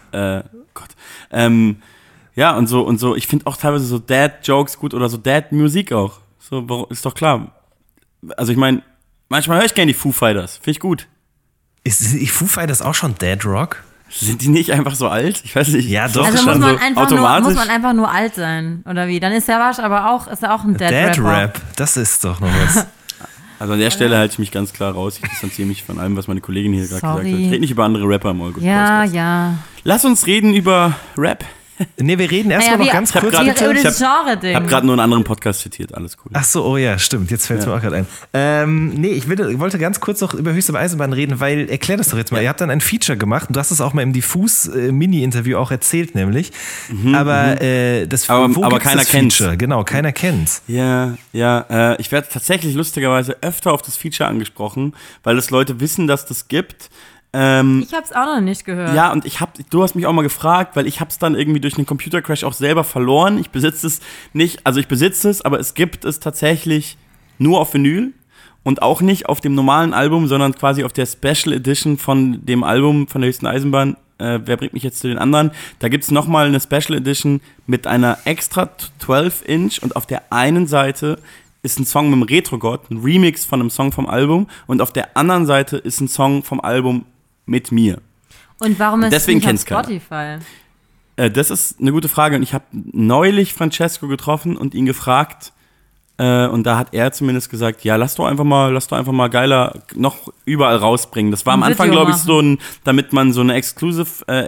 Gott. Ja, und so, ich finde auch teilweise so Dad-Jokes gut oder so Dad-Musik auch. So, ist doch klar. Also ich meine, manchmal höre ich gerne die Foo Fighters. Finde ich gut. Ist die Foo Fighters auch schon Dead Rock? Sind die nicht einfach so alt? Ich weiß nicht. Ja, doch. Also schon muss so man einfach nur alt sein, oder wie? Dann ist der Wasch aber auch, ist er auch ein Dead-Rapper. Dead-Rap, das ist doch noch was. Also an der Stelle halte ich mich ganz klar raus. Ich distanziere mich von allem, was meine Kollegin hier gerade gesagt hat. Ich rede nicht über andere Rapper im Allgäu. Ja. Lass uns reden über Rap. Nee, wir reden erstmal noch ganz kurz. Ich habe gerade nur einen anderen Podcast zitiert, alles cool. Ach so, oh ja, stimmt, jetzt fällt es mir auch gerade ein. Nee, ich wollte ganz kurz noch über Höchste Eisenbahn reden, weil, erklär das doch jetzt mal, ihr habt dann ein Feature gemacht und du hast es auch mal im Diffus-Mini-Interview auch erzählt, nämlich. Aber keiner kennt's. Genau, keiner kennt's. Ja, ich werde tatsächlich lustigerweise öfter auf das Feature angesprochen, weil es Leute wissen, dass das gibt. Ich hab's auch noch nicht gehört. Ja, und du hast mich auch mal gefragt, weil ich hab's dann irgendwie durch einen Computercrash auch selber verloren. Ich besitze es nicht, also ich besitze es, aber es gibt es tatsächlich nur auf Vinyl und auch nicht auf dem normalen Album, sondern quasi auf der Special Edition von dem Album von der Höchsten Eisenbahn. Wer bringt mich jetzt zu den anderen? Da gibt's nochmal eine Special Edition mit einer extra 12-Inch und auf der einen Seite ist ein Song mit dem Retro-God, ein Remix von einem Song vom Album und auf der anderen Seite ist ein Song vom Album mit mir. Und warum ist deswegen es nicht auf Spotify? Das ist eine gute Frage und ich habe neulich Francesco getroffen und ihn gefragt und da hat er zumindest gesagt, ja, lass doch einfach mal geiler noch überall rausbringen. Das war am Anfang, glaube ich, so ein, damit man so eine Exclusive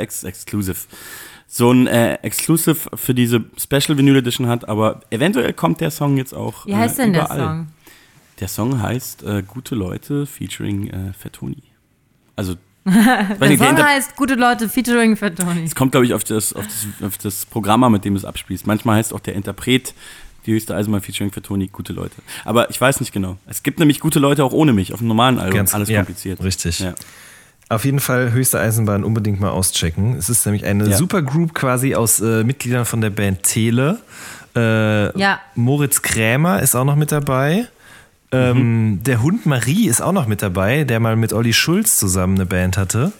für diese Special Vinyl Edition hat, aber eventuell kommt der Song jetzt auch Wie heißt denn überall. Der Song? Der Song heißt Gute Leute featuring Fettoni. Also der Song heißt Gute Leute featuring Fettoni. Es kommt, glaube ich, auf das Programm an, mit dem es abspielst. Manchmal heißt auch der Interpret die Höchste Eisenbahn featuring Fettoni Gute Leute. Aber ich weiß nicht genau. Es gibt nämlich Gute Leute auch ohne mich auf dem normalen Album. Alles kompliziert. Richtig. Ja. Auf jeden Fall Höchste Eisenbahn unbedingt mal auschecken. Es ist nämlich eine Supergroup quasi aus Mitgliedern von der Band Tele. Moritz Krämer ist auch noch mit dabei. Der Hund Marie ist auch noch mit dabei, der mal mit Olli Schulz zusammen eine Band hatte.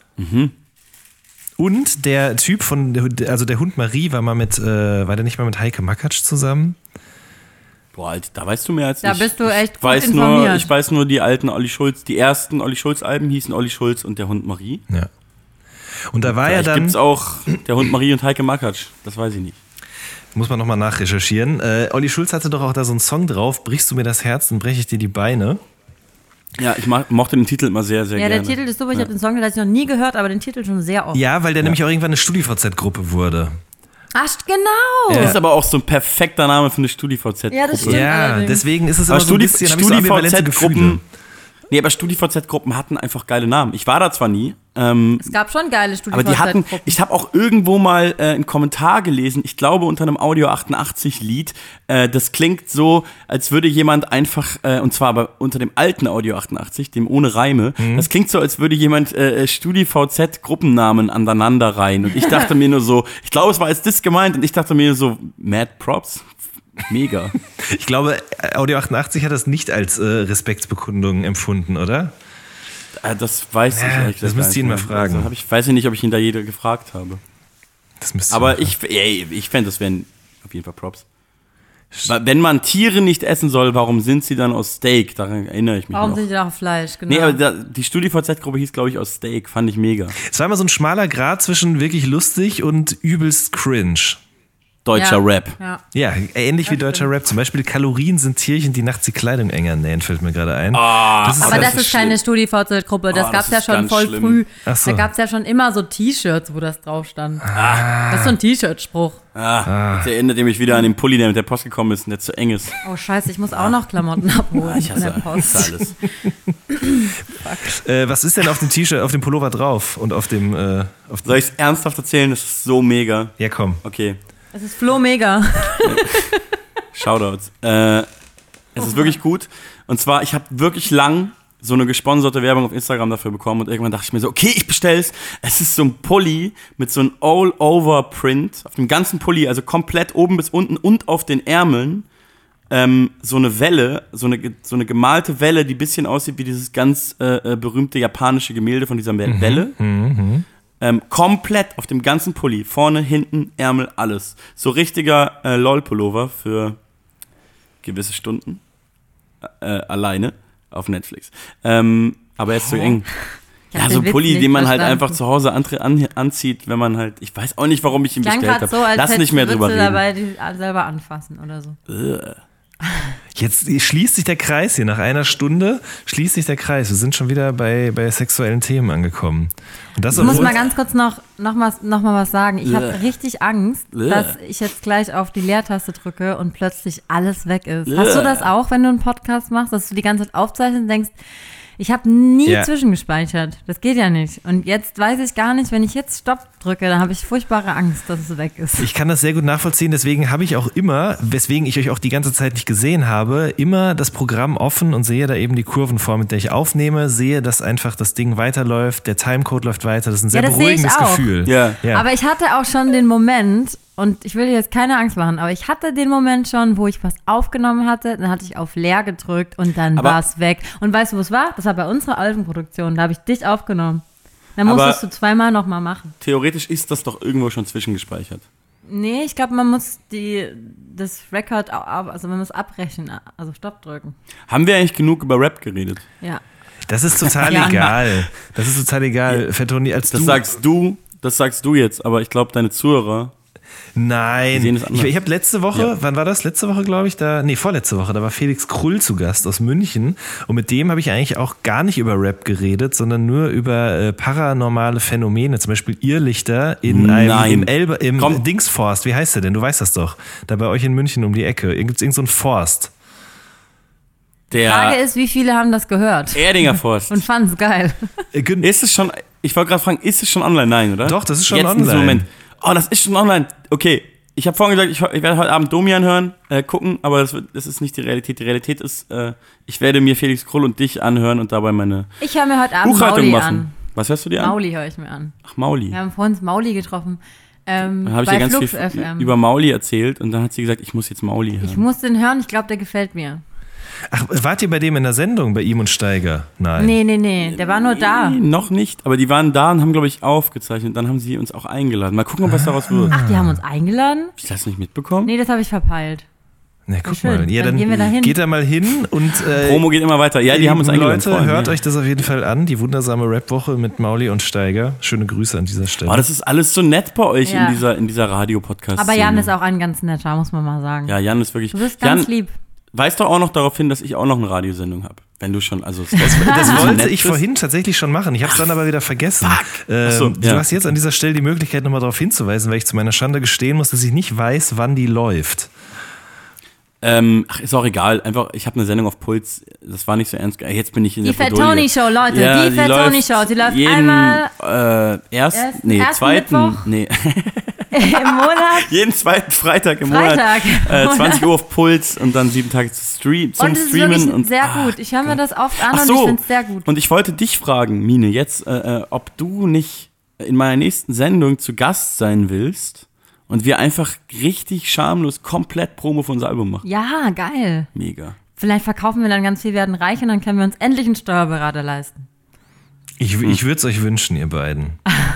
Und der Typ also der Hund Marie war der nicht mal mit Heike Makatsch zusammen? Boah, Alter, da weißt du mehr als ich. Da bist du echt gut informiert. Ich weiß nur die alten Olli Schulz, die ersten Olli Schulz Alben hießen Olli Schulz und der Hund Marie. Ja. Und da war ja dann... gibt's auch der Hund Marie und Heike Makatsch, das weiß ich nicht. Muss man nochmal nachrecherchieren. Olli Schulz hatte doch auch da so einen Song drauf, Brichst du mir das Herz, dann breche ich dir die Beine. Ja, ich mochte den Titel immer sehr, sehr gerne. Ja, der Titel ist super, ich habe den Song tatsächlich noch nie gehört, aber den Titel schon sehr oft. Ja, weil der nämlich auch irgendwann eine StudiVZ-Gruppe wurde. Ach, genau. Das ist aber auch so ein perfekter Name für eine StudiVZ-Gruppe. Ja, das stimmt. Ja, deswegen ist es immer so ein bisschen, habe ich so ambivalente Gefühle. Nee, aber StudiVZ-Gruppen hatten einfach geile Namen. Ich war da zwar nie. Es gab schon geile StudiVZ-Gruppen. Aber ich habe auch irgendwo mal einen Kommentar gelesen, ich glaube unter einem Audio 88-Lied, das klingt so, als würde jemand einfach, und zwar aber unter dem alten Audio 88, dem ohne Reime, das klingt so, als würde jemand StudiVZ-Gruppennamen aneinander reihen. Und ich dachte mir nur so, ich glaube, es war als das gemeint, und ich dachte mir so, mad props. Mega. Ich glaube, Audio 88 hat das nicht als Respektsbekundung empfunden, oder? Das weiß ich ehrlich gesagt. Das müsst ihr ihn mal fragen. Also weiß ich nicht, ob ich ihn da jeder gefragt habe. Aber ich fände, das wären auf jeden Fall Props. Wenn man Tiere nicht essen soll, warum sind sie dann aus Steak? Daran erinnere ich mich Warum noch. sind die dann auf Fleisch? Genau. Nee, aber die StudiVZ-Gruppe hieß, glaube ich, aus Steak. Fand ich mega. Es war immer so ein schmaler Grat zwischen wirklich lustig und übelst cringe. Deutscher Rap. Ja, ähnlich wie deutscher Rap. Zum Beispiel Kalorien sind Tierchen, die nachts die Kleidung enger nähen, fällt mir gerade ein. Aber das ist keine StudiVZ-Gruppe. Das gab es ja schon voll früh. So. Da gab es ja schon immer so T-Shirts, wo das drauf stand. Das ist so ein T-Shirt-Spruch. Jetzt erinnert ihr mich wieder an den Pulli, der mit der Post gekommen ist und der zu eng ist. Oh scheiße, ich muss auch noch Klamotten abholen Ich hasse in der Post. alles. Was ist denn auf dem T-Shirt, auf dem Pullover drauf? Und auf dem... Soll ich es ernsthaft erzählen? Das ist so mega. Ja, komm. Okay. Es ist Flo mega. Shoutouts. Es ist wirklich gut. Und zwar, ich habe wirklich lang so eine gesponserte Werbung auf Instagram dafür bekommen und irgendwann dachte ich mir so, okay, ich bestell's. Es ist so ein Pulli mit so einem All-Over-Print auf dem ganzen Pulli, also komplett oben bis unten und auf den Ärmeln. So eine Welle, so eine gemalte Welle, die ein bisschen aussieht wie dieses ganz berühmte japanische Gemälde von dieser Welle. Komplett auf dem ganzen Pulli. Vorne, hinten, Ärmel, alles. So richtiger LOL-Pullover für gewisse Stunden. Alleine auf Netflix. Aber er ist zu eng. Ja, so ein Pulli, den man halt einfach zu Hause anzieht, wenn man halt, ich weiß auch nicht, warum ich ihn bestellt habe. So, Lass nicht mehr drüber reden. Dabei die selber anfassen oder so. Jetzt schließt sich der Kreis hier. Nach einer Stunde schließt sich der Kreis. Wir sind schon wieder bei sexuellen Themen angekommen. Und das ich muss mal ganz kurz noch mal was sagen. Ich habe richtig Angst, dass ich jetzt gleich auf die Leertaste drücke und plötzlich alles weg ist. Hast du das auch, wenn du einen Podcast machst, dass du die ganze Zeit aufzeichnest und denkst, ich habe nie zwischengespeichert. Das geht ja nicht. Und jetzt weiß ich gar nicht, wenn ich jetzt Stopp drücke, dann habe ich furchtbare Angst, dass es weg ist. Ich kann das sehr gut nachvollziehen. Deswegen habe ich auch immer, weswegen ich euch auch die ganze Zeit nicht gesehen habe, immer das Programm offen und sehe da eben die Kurvenform, mit der ich aufnehme, sehe, dass einfach das Ding weiterläuft, der Timecode läuft weiter. Das ist ein sehr beruhigendes Gefühl. Ja. Aber ich hatte auch schon den Moment, und ich will dir jetzt keine Angst machen, aber ich hatte den Moment schon, wo ich was aufgenommen hatte, dann hatte ich auf leer gedrückt und dann war es weg. Und weißt du, wo es war? Das war bei unserer Albenproduktion, da habe ich dich aufgenommen. Dann musstest du zweimal nochmal machen. Theoretisch ist das doch irgendwo schon zwischengespeichert. Nee, ich glaube, man muss das Record, also man muss abbrechen, also Stopp drücken. Haben wir eigentlich genug über Rap geredet? Ja. Das ist total egal. Das ist total egal, Fettoni, als das sagst du jetzt, aber ich glaube, deine Zuhörer... Nein, ich habe letzte Woche, wann war das? Letzte Woche, glaube ich, vorletzte Woche, da war Felix Krull zu Gast aus München und mit dem habe ich eigentlich auch gar nicht über Rap geredet, sondern nur über paranormale Phänomene, zum Beispiel Irrlichter im Dingsforst, wie heißt der denn? Du weißt das doch, da bei euch in München um die Ecke, gibt es irgend so einen Forst. Die Frage ist, wie viele haben das gehört? Erdinger Forst. Und fanden es geil. Ist es schon, ich wollte gerade fragen, ist es schon online? Nein, oder? Doch, das ist schon jetzt online. In diesem Moment. Oh, das ist schon online. Okay, ich habe vorhin gesagt, ich werde heute Abend Domian hören, gucken, aber das ist nicht die Realität. Die Realität ist, ich werde mir Felix Krull und dich anhören und dabei meine Ich höre mir heute Abend Buchhaltung Mauli machen. an. Was hörst du dir an? Mauli höre ich mir an. Ach, Mauli. Wir haben vorhin Mauli getroffen. Dann habe ich dir ganz Flux viel FM. über Mauli erzählt und dann hat sie gesagt, ich muss jetzt Mauli hören. Ich muss den hören, ich glaube, der gefällt mir. Ach, wart ihr bei dem in der Sendung, bei ihm und Steiger? Nein. Nee, der war nur da. Noch nicht, aber die waren da und haben, glaube ich, aufgezeichnet. Dann haben sie uns auch eingeladen. Mal gucken, was daraus wird. Ach, die haben uns eingeladen? Hab ich das nicht mitbekommen? Nee, das habe ich verpeilt. Na, guck schön. mal. Ja, dann gehen wir da hin. Geht da mal hin und Promo geht immer weiter. Ja, die haben uns eingeladen. Leute, hört euch das auf jeden Fall an. Die wundersame Rap-Woche mit Mauli und Steiger. Schöne Grüße an dieser Stelle. Oh, das ist alles so nett bei euch in dieser Radio-Podcast. Aber Jan ist auch ein ganz netter, muss man mal sagen. Ja, Jan ist wirklich... Du bist ganz lieb. Weist doch auch noch darauf hin, dass ich auch noch eine Radiosendung habe. Wenn du schon, also... Das wollte ich vorhin tatsächlich schon machen. Ich habe es dann aber wieder vergessen. So, du hast jetzt an dieser Stelle die Möglichkeit, nochmal darauf hinzuweisen, weil ich zu meiner Schande gestehen muss, dass ich nicht weiß, wann die läuft. Ist auch egal. Einfach, ich habe eine Sendung auf Puls. Das war nicht so ernst. Jetzt bin ich in die der Bredouille. Die Fettoni-Show, Leute. Ja, die Fettoni-Show. Die läuft einmal... zweiten... Mittwoch? Nee. Im Monat? Jeden zweiten Freitag im Monat. 20 Uhr auf Puls und dann 7 Tage zum Streamen. Und es ist wirklich sehr gut. Ich höre mir das oft an und ich finde es sehr gut. Und ich wollte dich fragen, Mine, jetzt, ob du nicht in meiner nächsten Sendung zu Gast sein willst und wir einfach richtig schamlos komplett Promo für unser Album machen. Ja, geil. Mega. Vielleicht verkaufen wir dann ganz viel, werden reich und dann können wir uns endlich einen Steuerberater leisten. Ich würde es euch wünschen, ihr beiden.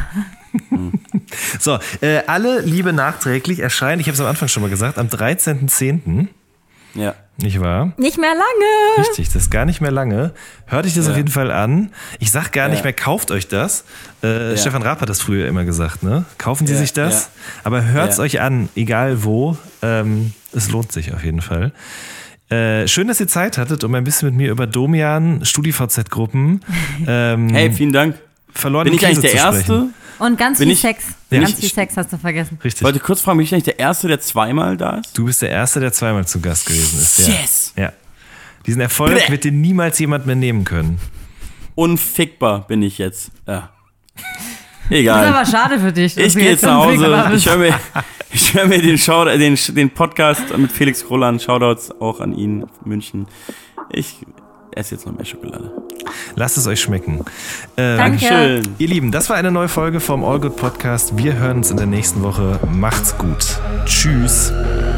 So, alle Liebe nachträglich erscheint, ich habe es am Anfang schon mal gesagt, am 13.10. Ja. Nicht wahr? Nicht mehr lange. Richtig, das ist gar nicht mehr lange. Hört euch das auf jeden Fall an. Ich sag gar nicht mehr, kauft euch das. Stefan Raab hat das früher immer gesagt, ne? Kaufen Sie sich das, aber hört es euch an, egal wo. Es lohnt sich auf jeden Fall. Schön, dass ihr Zeit hattet, um ein bisschen mit mir über Domian, StudiVZ-Gruppen, hey, vielen Dank. Verlorene Bin ich eigentlich der Erste? Und ganz viel Sex. Ganz viel Sex hast du vergessen. Richtig. Ich wollte kurz fragen, bin ich eigentlich der Erste, der zweimal da ist? Du bist der Erste, der zweimal zu Gast gewesen ist. Ja. Yes! Ja. Diesen Erfolg wird dir niemals jemand mehr nehmen können. Unfickbar bin ich jetzt. Ja. Egal. Das ist aber schade für dich. Ich gehe jetzt nach Hause. Ich hör mir den Podcast mit Felix Krull an. Shoutouts auch an ihn, München. Ich esse jetzt noch mehr Schokolade. Lasst es euch schmecken. Danke. Ihr Lieben, das war eine neue Folge vom All Good Podcast. Wir hören uns in der nächsten Woche. Macht's gut. Tschüss.